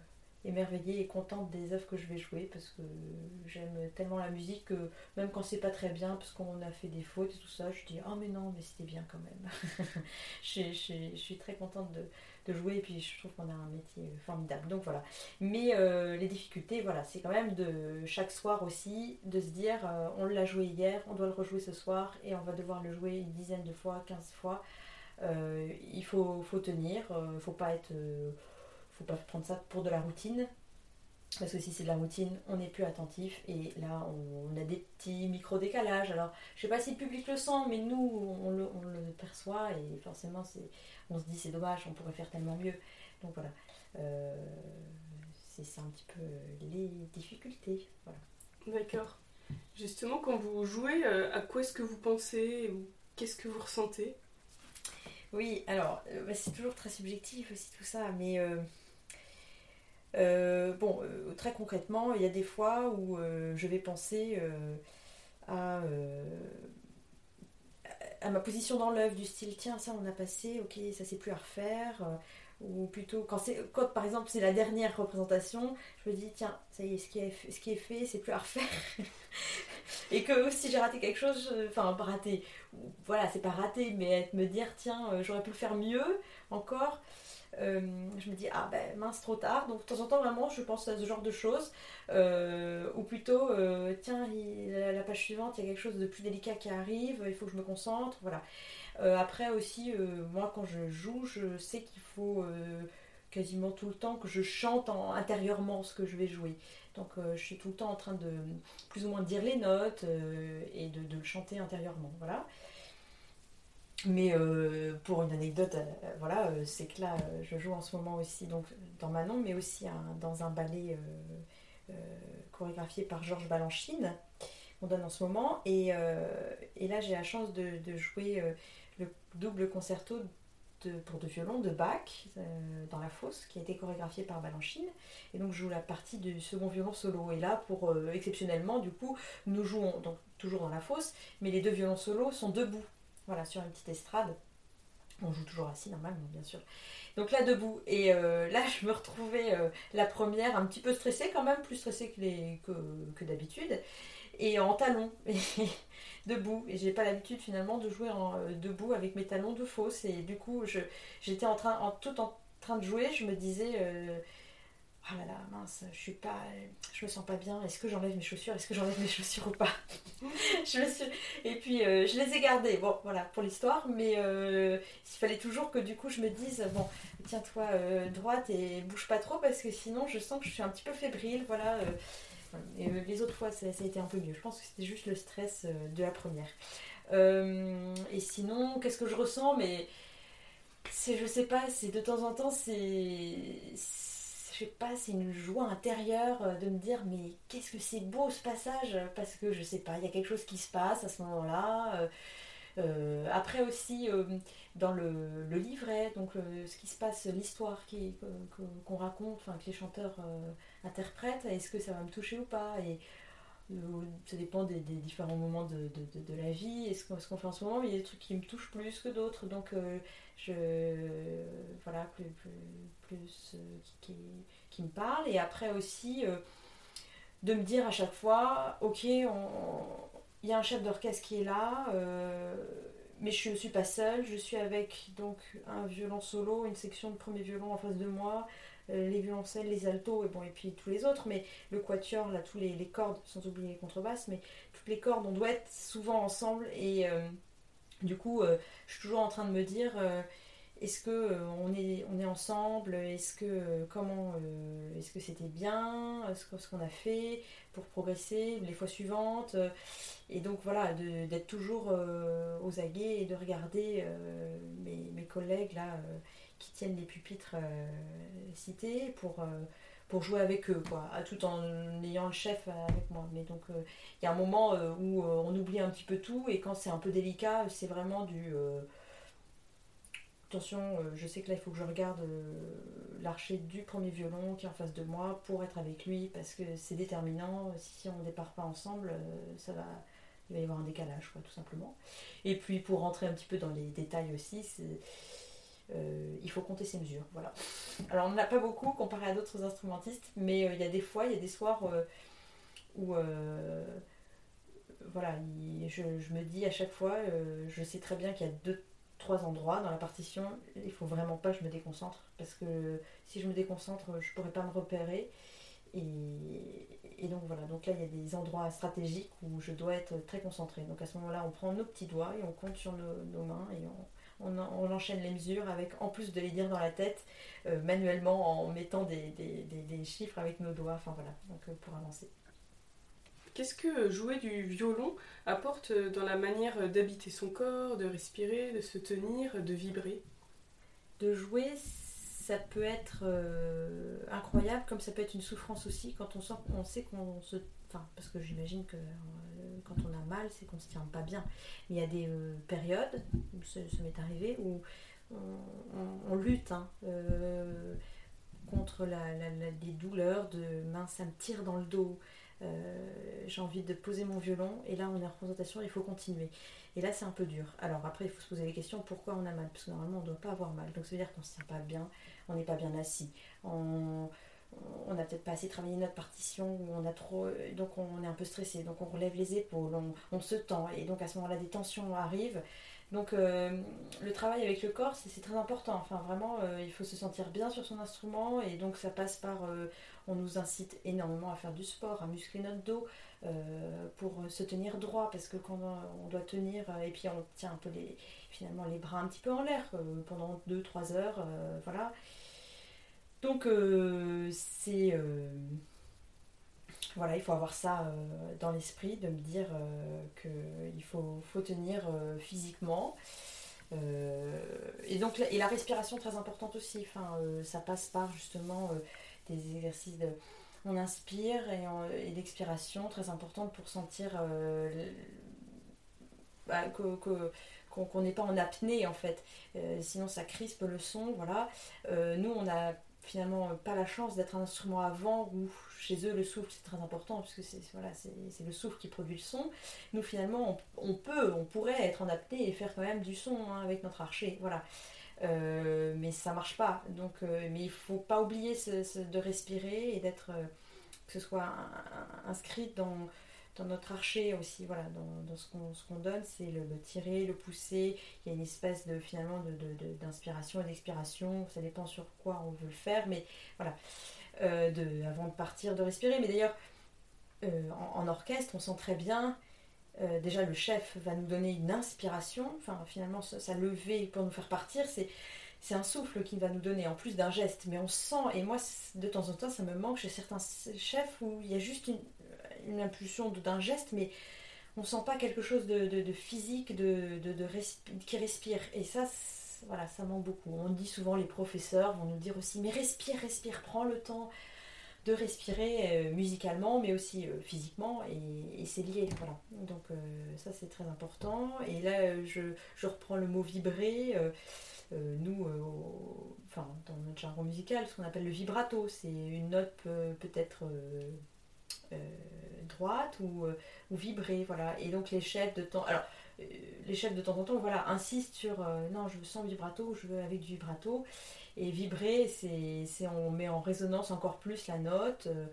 émerveillée et contente des œuvres que je vais jouer parce que j'aime tellement la musique que même quand c'est pas très bien, parce qu'on a fait des fautes et tout ça, je dis oh mais non, mais c'était bien quand même. je, je, je suis très contente de, de jouer et puis je trouve qu'on a un métier formidable. Donc voilà. Mais euh, les difficultés, voilà, c'est quand même de chaque soir aussi de se dire euh, on l'a joué hier, on doit le rejouer ce soir et on va devoir le jouer une dizaine de fois, quinze fois. Euh, il faut, faut tenir, euh, faut pas être. Euh, faut pas prendre ça pour de la routine parce que si c'est de la routine on n'est plus attentif et là on, on a des petits micro décalages. Alors je sais pas si le public le sent mais nous on le, on le perçoit et forcément c'est, on se dit c'est dommage, on pourrait faire tellement mieux. Donc voilà, euh, c'est ça un petit peu les difficultés. Voilà. D'accord. Justement, quand vous jouez, à quoi est-ce que vous pensez ou qu'est-ce que vous ressentez? Oui, alors euh, bah, c'est toujours très subjectif aussi tout ça, mais euh, Euh, bon, euh, très concrètement, il y a des fois où euh, je vais penser euh, à, euh, à ma position dans l'œuvre, du style tiens, ça on a passé, ok, ça c'est plus à refaire. Euh, ou plutôt, quand, c'est, quand par exemple c'est la dernière représentation, je me dis tiens, ça y est, ce qui est, ce qui est fait, c'est plus à refaire. Et que si j'ai raté quelque chose, je, enfin, pas raté, voilà, c'est pas raté, mais me dire tiens, euh, j'aurais pu le faire mieux encore. Euh, je me dis ah ben mince trop tard, donc de temps en temps vraiment je pense à ce genre de choses, euh, ou plutôt euh, tiens il, la, la page suivante il y a quelque chose de plus délicat qui arrive, il faut que je me concentre, voilà. Euh, après aussi euh, moi quand je joue je sais qu'il faut euh, quasiment tout le temps que je chante en, intérieurement ce que je vais jouer, donc euh, je suis tout le temps en train de plus ou moins dire les notes euh, et de, de le chanter intérieurement, voilà. Mais euh, pour une anecdote, euh, voilà, euh, c'est que là, euh, je joue en ce moment aussi donc, dans Manon, mais aussi un, dans un ballet euh, euh, chorégraphié par Georges Balanchine, qu'on donne en ce moment. Et, euh, et là, j'ai la chance de, de jouer euh, le double concerto de, pour deux violons de Bach euh, dans La Fosse, qui a été chorégraphié par Balanchine. Et donc, je joue la partie du second violon solo. Et là, pour euh, exceptionnellement, du coup, nous jouons donc, toujours dans La Fosse, mais les deux violons solos sont debout. Voilà, sur une petite estrade. On joue toujours assis, normalement, bien sûr. Donc là, debout. Et euh, là, je me retrouvais euh, la première, un petit peu stressée quand même, plus stressée que, les, que, que d'habitude. Et en talons, et debout. Et j'ai pas l'habitude finalement de jouer en, euh, debout avec mes talons de fausse. Et du coup, je, j'étais en train, en, tout en train de jouer, je me disais... Euh, ah là là, mince, je suis pas, je me sens pas bien. Est-ce que j'enlève mes chaussures? Est-ce que j'enlève mes chaussures ou pas? je me suis... Et puis euh, je les ai gardées. Bon, voilà pour l'histoire. Mais euh, il fallait toujours que du coup je me dise bon, tiens-toi euh, droite et bouge pas trop parce que sinon je sens que je suis un petit peu fébrile. Voilà. Euh, et euh, les autres fois ça, ça a été un peu mieux. Je pense que c'était juste le stress euh, de la première. Euh, et sinon, qu'est-ce que je ressens? Mais c'est, je sais pas. C'est de temps en temps, c'est je sais pas, c'est une joie intérieure de me dire mais qu'est-ce que c'est beau ce passage, parce que je sais pas, il y a quelque chose qui se passe à ce moment-là. Euh, euh, après aussi euh, dans le, le livret, donc euh, ce qui se passe, l'histoire qui, que, qu'on raconte, enfin que les chanteurs euh, interprètent, est-ce que ça va me toucher ou pas? Et euh, ça dépend des, des différents moments de, de, de, de la vie et ce qu'on, ce qu'on fait en ce moment, mais il y a des trucs qui me touchent plus que d'autres, donc euh, je voilà plus, plus, plus euh, qui, qui, qui me parle. Et après aussi euh, de me dire à chaque fois ok, il y a un chef d'orchestre qui est là, euh, mais je ne suis pas seule, je suis avec donc un violon solo, une section de premier violon en face de moi, euh, les violoncelles, les altos et, bon, et puis tous les autres, mais le quatuor, là, tous les, les cordes, sans oublier les contrebasses, mais toutes les cordes, on doit être souvent ensemble. Et euh, du coup, euh, je suis toujours en train de me dire euh, est-ce que euh, on est on est ensemble, est-ce que euh, comment euh, est-ce que c'était bien ce, que, ce qu'on a fait pour progresser les fois suivantes, euh, et donc voilà de, d'être toujours euh, aux aguets et de regarder euh, mes, mes collègues là euh, qui tiennent les pupitres euh, cités pour euh, pour jouer avec eux, quoi, tout en ayant le chef avec moi. Mais donc il euh, y a un moment euh, où euh, on oublie un petit peu tout, et quand c'est un peu délicat, c'est vraiment du euh, attention, euh, je sais que là il faut que je regarde euh, l'archet du premier violon qui est en face de moi pour être avec lui, parce que c'est déterminant. Si on ne départ pas ensemble, euh, ça va, il va y avoir un décalage, quoi, tout simplement. Et puis pour rentrer un petit peu dans les détails aussi, c'est euh, il faut compter ses mesures. Voilà. Alors on n'en a pas beaucoup comparé à d'autres instrumentistes, mais euh, il y a des fois, il y a des soirs euh, où euh, voilà, il, je, je me dis à chaque fois, euh, je sais très bien qu'il y a deux, trois endroits dans la partition, il faut vraiment pas que je me déconcentre, parce que si je me déconcentre, je pourrais pas me repérer. Et, et donc voilà, donc là il y a des endroits stratégiques où je dois être très concentrée. Donc à ce moment-là, on prend nos petits doigts et on compte sur nos, nos mains et on, on, on enchaîne les mesures avec, en plus de les dire dans la tête, euh, manuellement en mettant des, des, des, des chiffres avec nos doigts. Enfin voilà, donc euh, pour avancer. Qu'est-ce que jouer du violon apporte dans la manière d'habiter son corps, de respirer, de se tenir, de vibrer? De jouer, ça peut être euh, incroyable, comme ça peut être une souffrance aussi, quand on, sent, on sait qu'on se... Enfin, parce que j'imagine que euh, quand on a mal, c'est qu'on se tient pas bien. Mais il y a des euh, périodes, ça, ça m'est arrivé, où on, on, on lutte hein, euh, contre la, la, la, des douleurs de mince, ça me tire dans le dos. Euh, j'ai envie de poser mon violon et là on est en représentation, il faut continuer et là c'est un peu dur. Alors après il faut se poser les questions, pourquoi on a mal, parce que normalement on ne doit pas avoir mal, donc ça veut dire qu'on ne se tient pas bien, on n'est pas bien assis, on on n'a peut-être pas assez travaillé notre partition, ou on a trop, donc on est un peu stressé, donc on relève les épaules, on, on se tend et donc à ce moment là des tensions arrivent. Donc euh, le travail avec le corps c'est, c'est très important, enfin vraiment euh, il faut se sentir bien sur son instrument et donc ça passe par, euh, on nous incite énormément à faire du sport, à muscler notre dos euh, pour se tenir droit, parce que quand on doit tenir et puis on tient un peu les, finalement les bras un petit peu en l'air euh, pendant deux trois heures, euh, voilà. Donc euh, c'est... Euh, voilà, il faut avoir ça euh, dans l'esprit, de me dire euh, qu'il faut, faut tenir euh, physiquement. Euh, et donc et la respiration très importante aussi. Enfin, euh, ça passe par justement euh, des exercices de... On inspire et, on, et l'expiration très importante pour sentir euh, bah, que... que qu'on n'est pas en apnée en fait, euh, sinon ça crispe le son, voilà. Euh, nous on a finalement pas la chance d'être un instrument à vent où chez eux le souffle c'est très important puisque c'est, voilà, c'est, c'est le souffle qui produit le son. Nous finalement on, on peut, on pourrait être en apnée et faire quand même du son hein, avec notre archet, voilà. Euh, mais ça marche pas, donc, euh, mais il faut pas oublier ce, ce, de respirer et d'être, euh, que ce soit un, un, inscrit dans dans notre archet aussi, voilà, dans, dans ce, qu'on, ce qu'on donne, c'est le, le tirer, le pousser. Il y a une espèce de finalement de, de, de, d'inspiration et d'expiration. Ça dépend sur quoi on veut le faire, mais voilà, euh, de, avant de partir, de respirer. Mais d'ailleurs, euh, en, en orchestre, on sent très bien. Euh, déjà, le chef va nous donner une inspiration. Enfin, finalement, sa, sa levée pour nous faire partir, c'est c'est un souffle qu'il va nous donner en plus d'un geste. Mais on sent, et moi, de temps en temps, ça me manque chez certains chefs où il y a juste une une impulsion d'un geste, mais on ne sent pas quelque chose de, de, de physique, de, de, de respi- qui respire. Et ça, voilà, ça manque beaucoup. On dit souvent, les professeurs vont nous dire aussi, mais respire, respire, prends le temps de respirer euh, musicalement, mais aussi euh, physiquement, et, et c'est lié, voilà. Donc euh, ça, c'est très important. Et là, euh, je, je reprends le mot vibrer. Euh, euh, nous, euh, au, enfin, dans notre jargon musical, ce qu'on appelle le vibrato, c'est une note euh, peut-être... Euh, Euh, droite ou, euh, ou vibrer, voilà. Et donc les chefs de temps, alors euh, les chefs de temps en temps, voilà, insistent sur euh, non, je veux sans vibrato, je veux avec du vibrato. Et vibrer, c'est, c'est on met en résonance encore plus la note. Euh,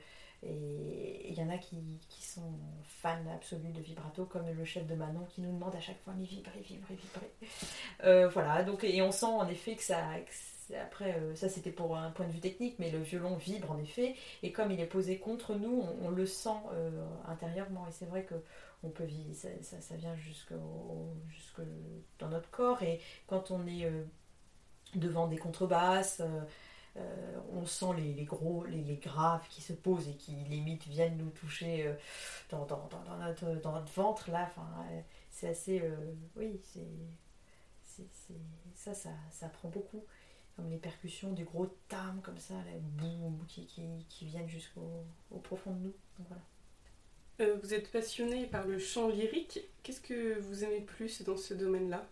et il y en a qui, qui sont fans absolus de vibrato, comme le chef de Manon qui nous demande à chaque fois mais vibrer, vibrer, vibrer. Euh, voilà, donc et on sent en effet que ça. Que après, euh, ça c'était pour un point de vue technique, mais le violon vibre en effet, et comme il est posé contre nous, on, on le sent euh, intérieurement, et c'est vrai que on peut vivre, ça, ça, ça vient jusque, au, jusque dans notre corps, et quand on est euh, devant des contrebasses, euh, euh, on sent les, les gros, les, les graves qui se posent et qui limite viennent nous toucher euh, dans, dans, dans, dans, notre, dans notre ventre là, enfin, euh, c'est assez, euh, oui, c'est, c'est, c'est, ça, ça, ça prend beaucoup. Comme les percussions, des gros tam comme ça, là, boum, qui, qui, qui viennent jusqu'au au profond de nous. Donc, voilà. Euh, vous êtes passionné par le chant lyrique. Qu'est-ce que vous aimez plus dans ce domaine-là?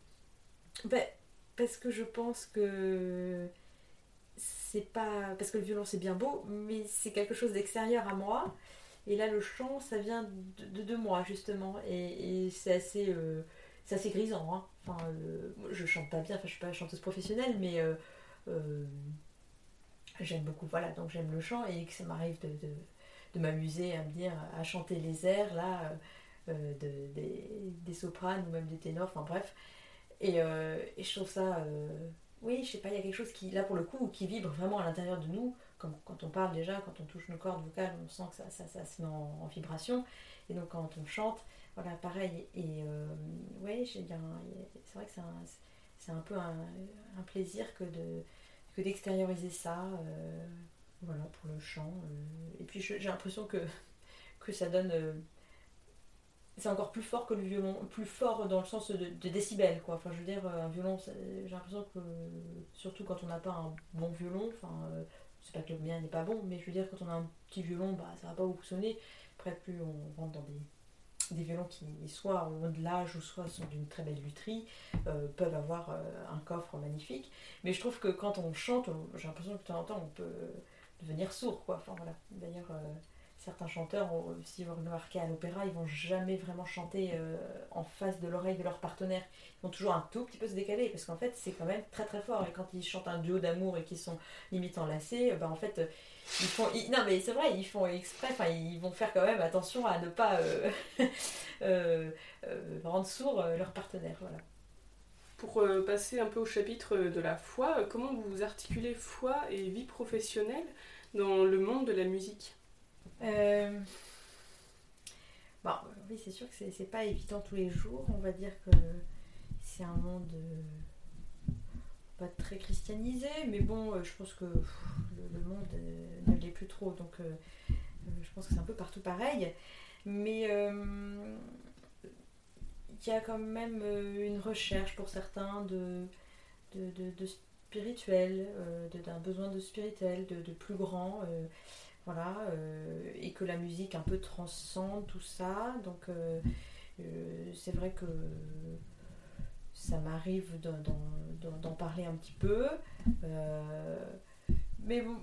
Ben, parce que je pense que c'est pas... Parce que le violon c'est bien beau, mais c'est quelque chose d'extérieur à moi. Et là le chant, ça vient de, de, de moi justement. Et, et c'est assez... Euh, c'est assez grisant, hein. Enfin, euh, je chante pas bien, enfin, je suis pas chanteuse professionnelle, mais euh, euh, j'aime beaucoup, voilà, donc j'aime le chant et que ça m'arrive de, de, de m'amuser à me dire, à chanter les airs, là, euh, de, des, des sopranes ou même des ténors, enfin bref. Et, euh, et je trouve ça, euh, oui, je sais pas, il y a quelque chose qui, là pour le coup, qui vibre vraiment à l'intérieur de nous, comme quand on parle déjà, quand on touche nos cordes vocales, on sent que ça, ça, ça se met en, en vibration. Et donc quand on chante, voilà, pareil. Et euh, oui, c'est vrai que c'est un, c'est un peu un, un plaisir que de que d'extérioriser ça, euh, voilà, pour le chant. Euh, et puis je, j'ai l'impression que, que ça donne... Euh, c'est encore plus fort que le violon, plus fort dans le sens de, de décibels, quoi. Enfin, je veux dire, un violon, j'ai l'impression que, surtout quand on n'a pas un bon violon, enfin, euh, c'est pas que le mien n'est pas bon, mais je veux dire, quand on a un petit violon, bah, ça va pas beaucoup sonner. Après, plus on rentre dans des, des violons qui, soit ont de l'âge, ou soit sont d'une très belle lutherie, euh, peuvent avoir euh, un coffre magnifique. Mais je trouve que quand on chante, on, j'ai l'impression que de temps en temps, on peut devenir sourd, quoi. Enfin, voilà. D'ailleurs... Euh, certains chanteurs, si vous remarquez à l'opéra, ils vont jamais vraiment chanter euh, en face de l'oreille de leur partenaire. Ils vont toujours un tout petit peu se décaler, parce qu'en fait, c'est quand même très très fort. Et quand ils chantent un duo d'amour et qu'ils sont limite enlacés, ben en fait, ils font... Ils, non mais c'est vrai, ils font exprès, enfin, ils vont faire quand même attention à ne pas euh, euh, euh, rendre sourd euh, leur partenaire. Voilà. Pour euh, passer un peu au chapitre de la foi, euh, comment vous articulez foi et vie professionnelle dans le monde de la musique ? Euh... Bon, oui, c'est sûr que c'est, c'est pas évident tous les jours. On va dire que c'est un monde euh, pas très christianisé, mais bon, euh, je pense que pff, le, le monde euh, ne l'est plus trop. Donc, euh, je pense que c'est un peu partout pareil. Mais il euh, y a quand même euh, une recherche pour certains de, de, de, de spirituel, euh, de, d'un besoin de spirituel, de, de plus grand. Euh, Voilà, euh, et que la musique un peu transcende tout ça. Donc euh, euh, c'est vrai que ça m'arrive d'en, d'en, d'en parler un petit peu. Euh, mais bon,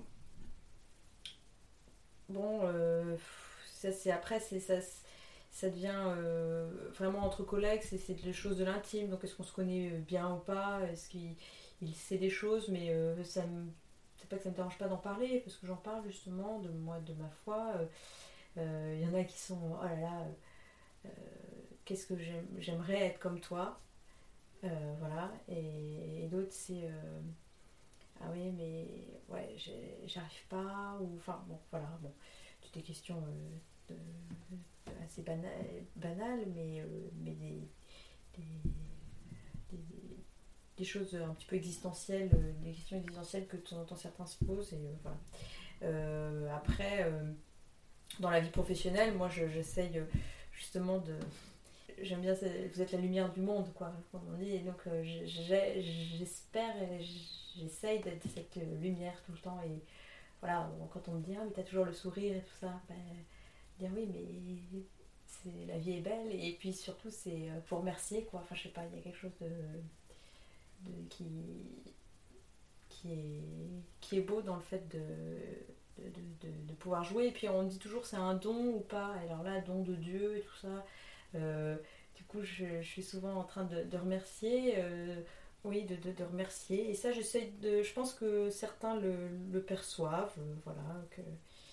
bon euh, ça, c'est, après, c'est, ça, ça devient euh, vraiment entre collègues, c'est, c'est des choses de l'intime. Donc est-ce qu'on se connaît bien ou pas ? Est-ce qu'il il sait des choses ? Mais euh, ça me... C'est pas que ça me dérange pas d'en parler, parce que j'en parle justement de moi, de ma foi. Il euh, y en a qui sont, oh là là, euh, qu'est-ce que j'aime, j'aimerais être comme toi. Euh, voilà. Et, et d'autres, c'est, euh, ah oui, mais ouais, j'arrive pas. Ou, enfin, bon, voilà. Bon, toutes des questions euh, de, de, assez banales, banales mais, euh, mais des, des, des des choses un petit peu existentielles, des questions existentielles que de temps en temps certains se posent. Et euh, voilà. Euh, après, euh, dans la vie professionnelle, moi je, j'essaye justement de... J'aime bien, vous êtes la lumière du monde, quoi, comme on dit. Et donc euh, j'ai, j'espère et j'essaye d'être cette lumière tout le temps. Et voilà, quand on me dit, ah, mais t'as toujours le sourire et tout ça, ben, dire oui, mais c'est, la vie est belle. Et puis surtout, c'est pour remercier, quoi. Enfin, je sais pas, il y a quelque chose de... De, qui, qui, est, qui est beau dans le fait de, de, de, de pouvoir jouer. Et puis on dit toujours c'est un don ou pas. Alors là, don de Dieu et tout ça. Euh, du coup, je, je suis souvent en train de, de remercier. Euh, oui, de, de, de remercier. Et ça, j'essaie de... Je pense que certains le, le perçoivent. Euh, voilà. Que...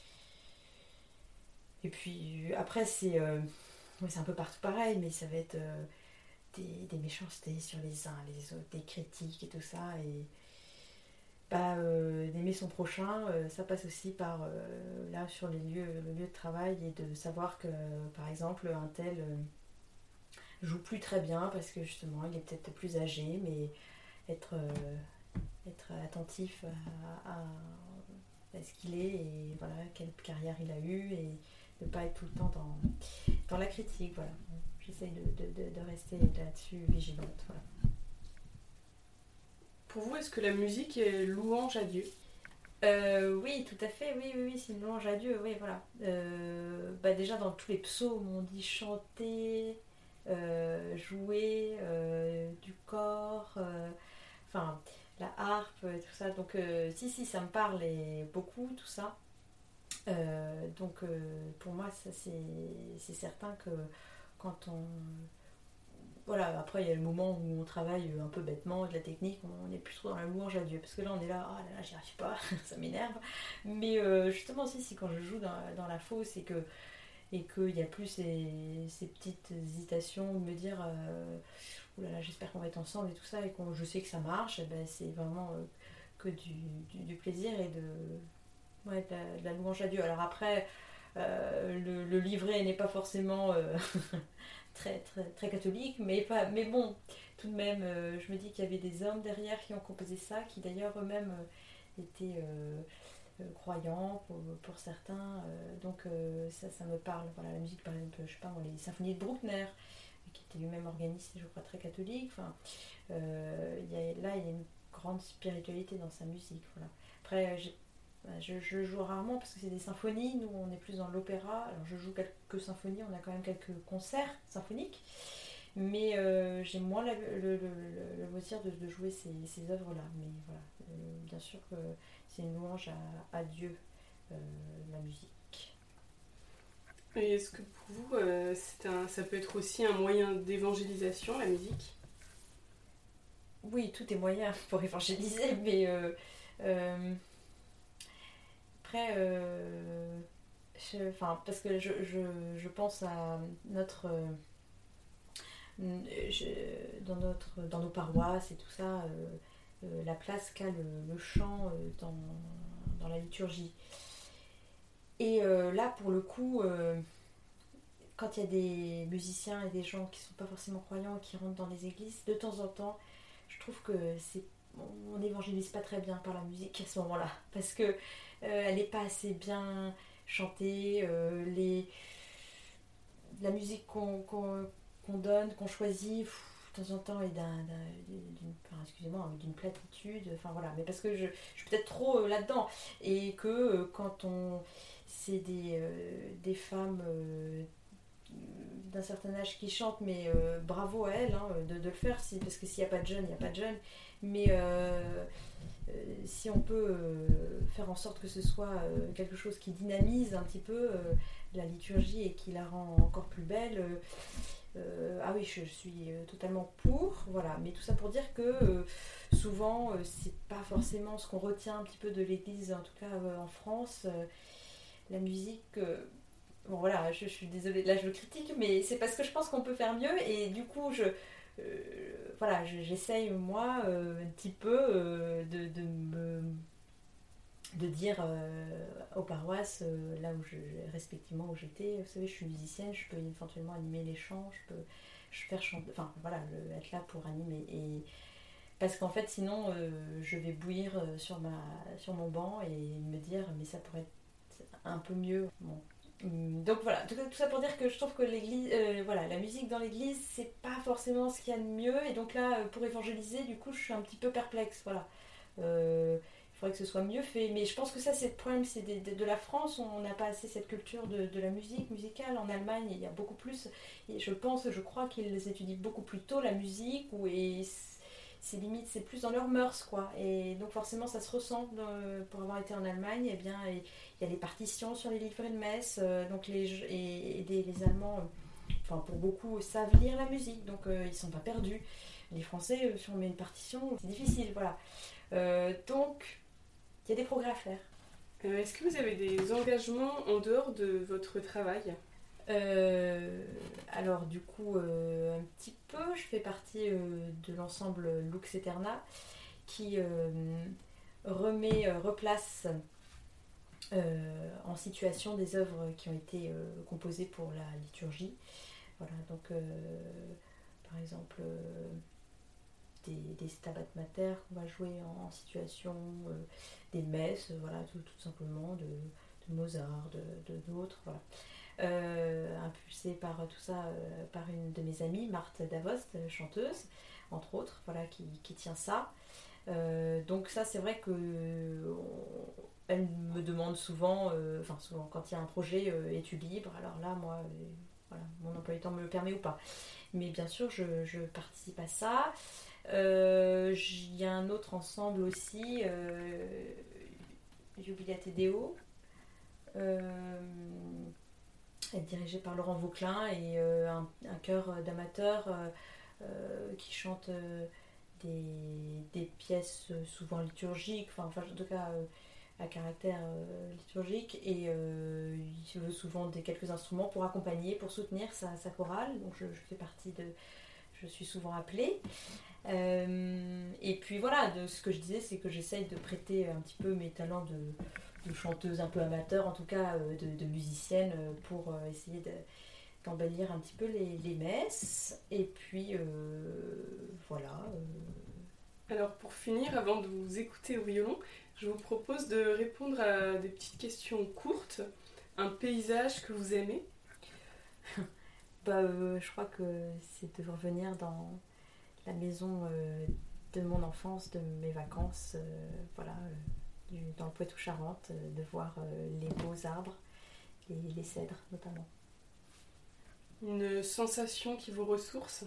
Et puis après, c'est... Euh, ouais, c'est un peu partout pareil, mais ça va être... Euh, Des, des méchancetés sur les uns les autres, des critiques et tout ça, et bah, euh, d'aimer son prochain, euh, ça passe aussi par euh, là sur les lieux, le lieu de travail, et de savoir que par exemple un tel euh, joue plus très bien parce que justement il est peut-être plus âgé, mais être, euh, être attentif à, à, à ce qu'il est, et voilà, quelle carrière il a eu, et ne pas être tout le temps dans, dans la critique, voilà. J'essaye de, de, de, de rester là-dessus vigilante. Voilà. Pour vous, est-ce que la musique est louange à Dieu ? euh, Oui, tout à fait. Oui, oui, oui, c'est une louange à Dieu. Oui, voilà. Euh, bah déjà, dans tous les psaumes, on dit chanter, euh, jouer, euh, du corps, euh, enfin, la harpe, tout ça. Donc, euh, si, si, ça me parle et beaucoup, tout ça. Euh, donc, euh, pour moi, ça, c'est, c'est certain que quand on... voilà, après il y a le moment où on travaille un peu bêtement, de la technique, on n'est plus trop dans la louange à Dieu, parce que là on est là, oh là là, j'y arrive pas, ça m'énerve. Mais euh, justement aussi, si quand je joue dans, dans la fosse et que et qu'il n'y a plus ces, ces petites hésitations de me dire, euh, oh là là, j'espère qu'on va être ensemble et tout ça, et que je sais que ça marche, et ben c'est vraiment euh, que du, du, du plaisir et de, ouais, de, la, de la louange à Dieu. Alors après, euh, le, le livret n'est pas forcément euh, très, très, très catholique, mais, pas, mais bon, tout de même, euh, je me dis qu'il y avait des hommes derrière qui ont composé ça, qui d'ailleurs eux-mêmes euh, étaient euh, euh, croyants pour, pour certains, euh, donc euh, ça, ça me parle. Voilà, la musique, par exemple, je sais pas, les symphonies de Bruckner, qui était lui-même organiste, je crois, très catholique. Enfin, euh, y a, là, il y a une grande spiritualité dans sa musique. Voilà. Après, j'ai Je, je joue rarement parce que c'est des symphonies, nous on est plus dans l'opéra, alors je joue quelques symphonies, on a quand même quelques concerts symphoniques, mais euh, j'ai moins la, le, le, le, le loisir de, de jouer ces, ces œuvres-là, mais voilà, euh, bien sûr que c'est une louange à, à Dieu, euh, la musique. Et est-ce que pour vous, euh, c'est un, ça peut être aussi un moyen d'évangélisation, la musique ? Oui, tout est moyen pour évangéliser, mais... Euh, euh, Après, euh, je, enfin, parce que je, je, je pense à notre, euh, je, dans notre, dans nos paroisses et tout ça, euh, euh, la place qu'a le, le chant euh, dans, dans la liturgie. Et euh, là, pour le coup, euh, quand il y a des musiciens et des gens qui sont pas forcément croyants qui rentrent dans les églises, de temps en temps, je trouve que c'est on n'évangélise pas très bien par la musique à ce moment-là, parce que euh, elle n'est pas assez bien chantée, euh, les... la musique qu'on, qu'on, qu'on donne, qu'on choisit, pff, de temps en temps est d'un, d'un, d'une, enfin, excusez-moi, d'une platitude, enfin voilà, mais parce que je, je suis peut-être trop euh, là-dedans, et que euh, quand on... c'est des, euh, des femmes... Euh, d'un certain âge qui chantent, mais euh, bravo à elles hein, de, de le faire, si, parce que s'il n'y a pas de jeunes, il n'y a pas de jeunes. Mais euh, euh, si on peut euh, faire en sorte que ce soit euh, quelque chose qui dynamise un petit peu euh, la liturgie et qui la rend encore plus belle, euh, euh, ah oui, je, je suis totalement pour, voilà. Mais tout ça pour dire que euh, souvent, euh, c'est pas forcément ce qu'on retient un petit peu de l'église, en tout cas euh, en France. Euh, la musique... Euh, Bon voilà, je, je suis désolée, là je critique, mais c'est parce que je pense qu'on peut faire mieux et du coup je, euh, voilà, je, j'essaye moi euh, un petit peu euh, de, de me de dire euh, aux paroisses euh, là où je respectivement où j'étais, vous savez, je suis musicienne, je peux éventuellement animer les chants, je peux je faire chanter, enfin voilà, le, être là pour animer et parce qu'en fait sinon euh, je vais bouillir sur ma sur mon banc et me dire mais ça pourrait être un peu mieux. Bon. Donc voilà, tout, tout ça pour dire que je trouve que l'église, euh, voilà, la musique dans l'église, c'est pas forcément ce qu'il y a de mieux. Et donc là, pour évangéliser, du coup, je suis un petit peu perplexe. Voilà, euh, il faudrait que ce soit mieux fait. Mais je pense que ça, c'est le problème, c'est de, de, de la France. On n'a pas assez cette culture de, de la musique musicale. En Allemagne, il y a beaucoup plus. Et je pense, je crois qu'ils étudient beaucoup plus tôt la musique. Ou et c'est limite, c'est plus dans leurs mœurs, quoi. Et donc forcément, ça se ressent euh, pour avoir été en Allemagne. Et bien, il y a les partitions sur les livrets de messe, euh, donc les et, et des, les Allemands, euh, enfin pour beaucoup, savent lire la musique, donc euh, ils sont pas perdus. Les Français, euh, si on met une partition, c'est difficile, voilà. Euh, donc, il y a des progrès à faire. Euh, est-ce que vous avez des engagements en dehors de votre travail ? Euh, alors du coup euh, un petit peu, je fais partie euh, de l'ensemble Lux Eterna qui euh, remet, euh, replace euh, en situation des œuvres qui ont été euh, composées pour la liturgie. Voilà, donc euh, par exemple euh, des, des Stabat Mater qu'on va jouer en, en situation, euh, des messes, voilà, tout, tout simplement de, de Mozart, de, de d'autres, voilà. Euh, impulsée par tout ça euh, par une de mes amies, Marthe Davost, chanteuse, entre autres, voilà, qui, qui tient ça. Euh, donc ça, c'est vrai que on, elle me demande souvent, euh, enfin souvent, quand il y a un projet, euh, es-tu libre ? Alors là, moi, euh, voilà, mon emploi du temps me le permet ou pas. Mais bien sûr, je, je participe à ça. Il euh, y a un autre ensemble aussi, euh, Jubilate Deo. Euh, dirigé par Laurent Vauclin et euh, un, un chœur d'amateurs euh, euh, qui chantent euh, des, des pièces euh, souvent liturgiques, enfin, enfin en tout cas euh, à caractère euh, liturgique, et euh, il veut souvent des, quelques instruments pour accompagner, pour soutenir sa, sa chorale, donc je, je fais partie de... Je suis souvent appelée. Euh, et puis voilà, de, ce que je disais, c'est que j'essaye de prêter un petit peu mes talents de, de chanteuse un peu amateur, en tout cas euh, de, de musicienne, euh, pour euh, essayer de, d'embellir un petit peu les, les messes. Et puis euh, voilà. Euh... Alors pour finir, avant de vous écouter au violon, je vous propose de répondre à des petites questions courtes. Un paysage que vous aimez? bah, euh, je crois que c'est de revenir dans la maison euh, de mon enfance, de mes vacances, euh, voilà, euh, du, dans le Poitou-Charentes, euh, de voir euh, les beaux arbres, et les cèdres notamment. Une sensation qui vous ressource?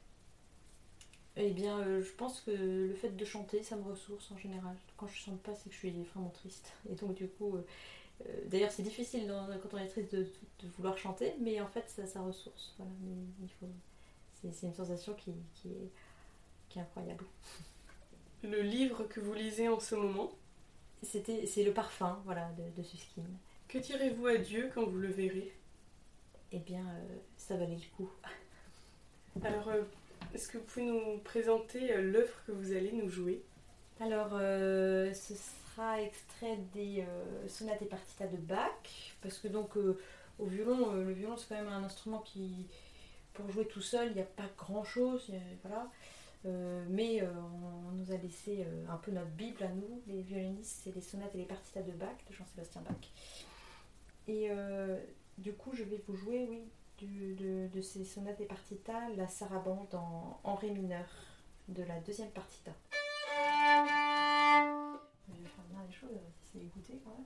Eh bien, euh, je pense que le fait de chanter, ça me ressource en général. Quand je chante pas, c'est que je suis vraiment triste. Et donc, du coup, euh, euh, d'ailleurs, c'est difficile dans, quand on est triste de, de vouloir chanter, mais en fait, ça, ça ressource. Voilà, mais il faut... c'est, c'est une sensation qui, qui, est, qui est incroyable. Le livre que vous lisez en ce moment? C'était, c'est Le Parfum, voilà, de, de Suskind. Que direz-vous à Dieu quand vous le verrez? Eh bien, euh, ça valait le coup. Alors, euh, est-ce que vous pouvez nous présenter euh, l'œuvre que vous allez nous jouer? Alors, euh, ce sera extrait des euh, sonates et partitas de Bach, parce que donc euh, au violon, euh, le violon c'est quand même un instrument qui, pour jouer tout seul, il n'y a pas grand-chose, voilà. Euh, mais euh, on, on nous a laissé euh, un peu notre Bible à nous, les violonistes, c'est les sonates et les partitas de Bach, de Jean-Sébastien Bach. Et euh, du coup, je vais vous jouer, oui, du, de, de ces sonates et partitas, la sarabande en, en ré mineur, de la deuxième partita. Je vais faire bien les choses, c'est écouter quand même.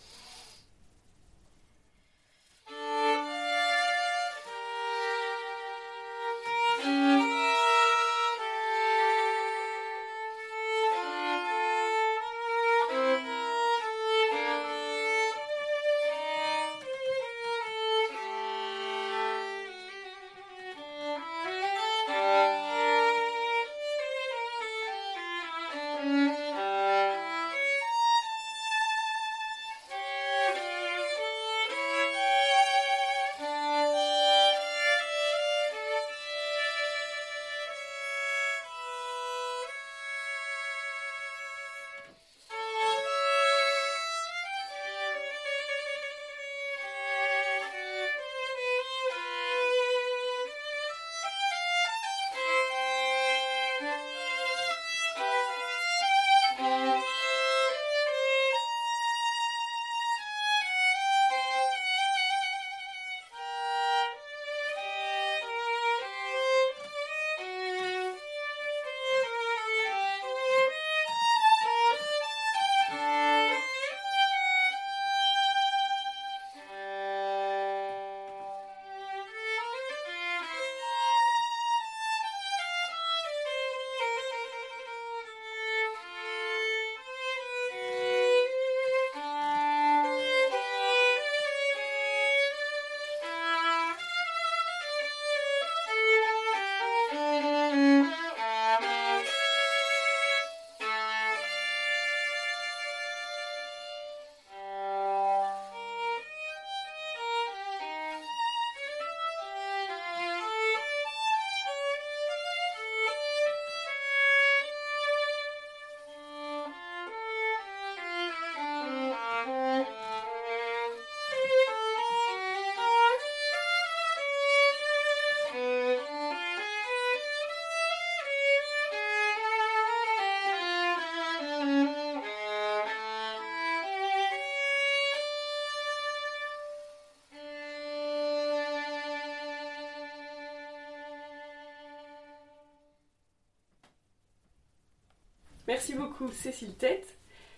Merci beaucoup Cécile Tête.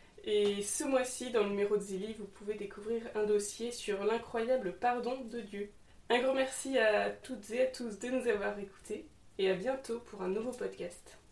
Et ce mois-ci, dans le numéro de Zélie, vous pouvez découvrir un dossier sur l'incroyable pardon de Dieu. Un grand merci à toutes et à tous de nous avoir écoutés et à bientôt pour un nouveau podcast.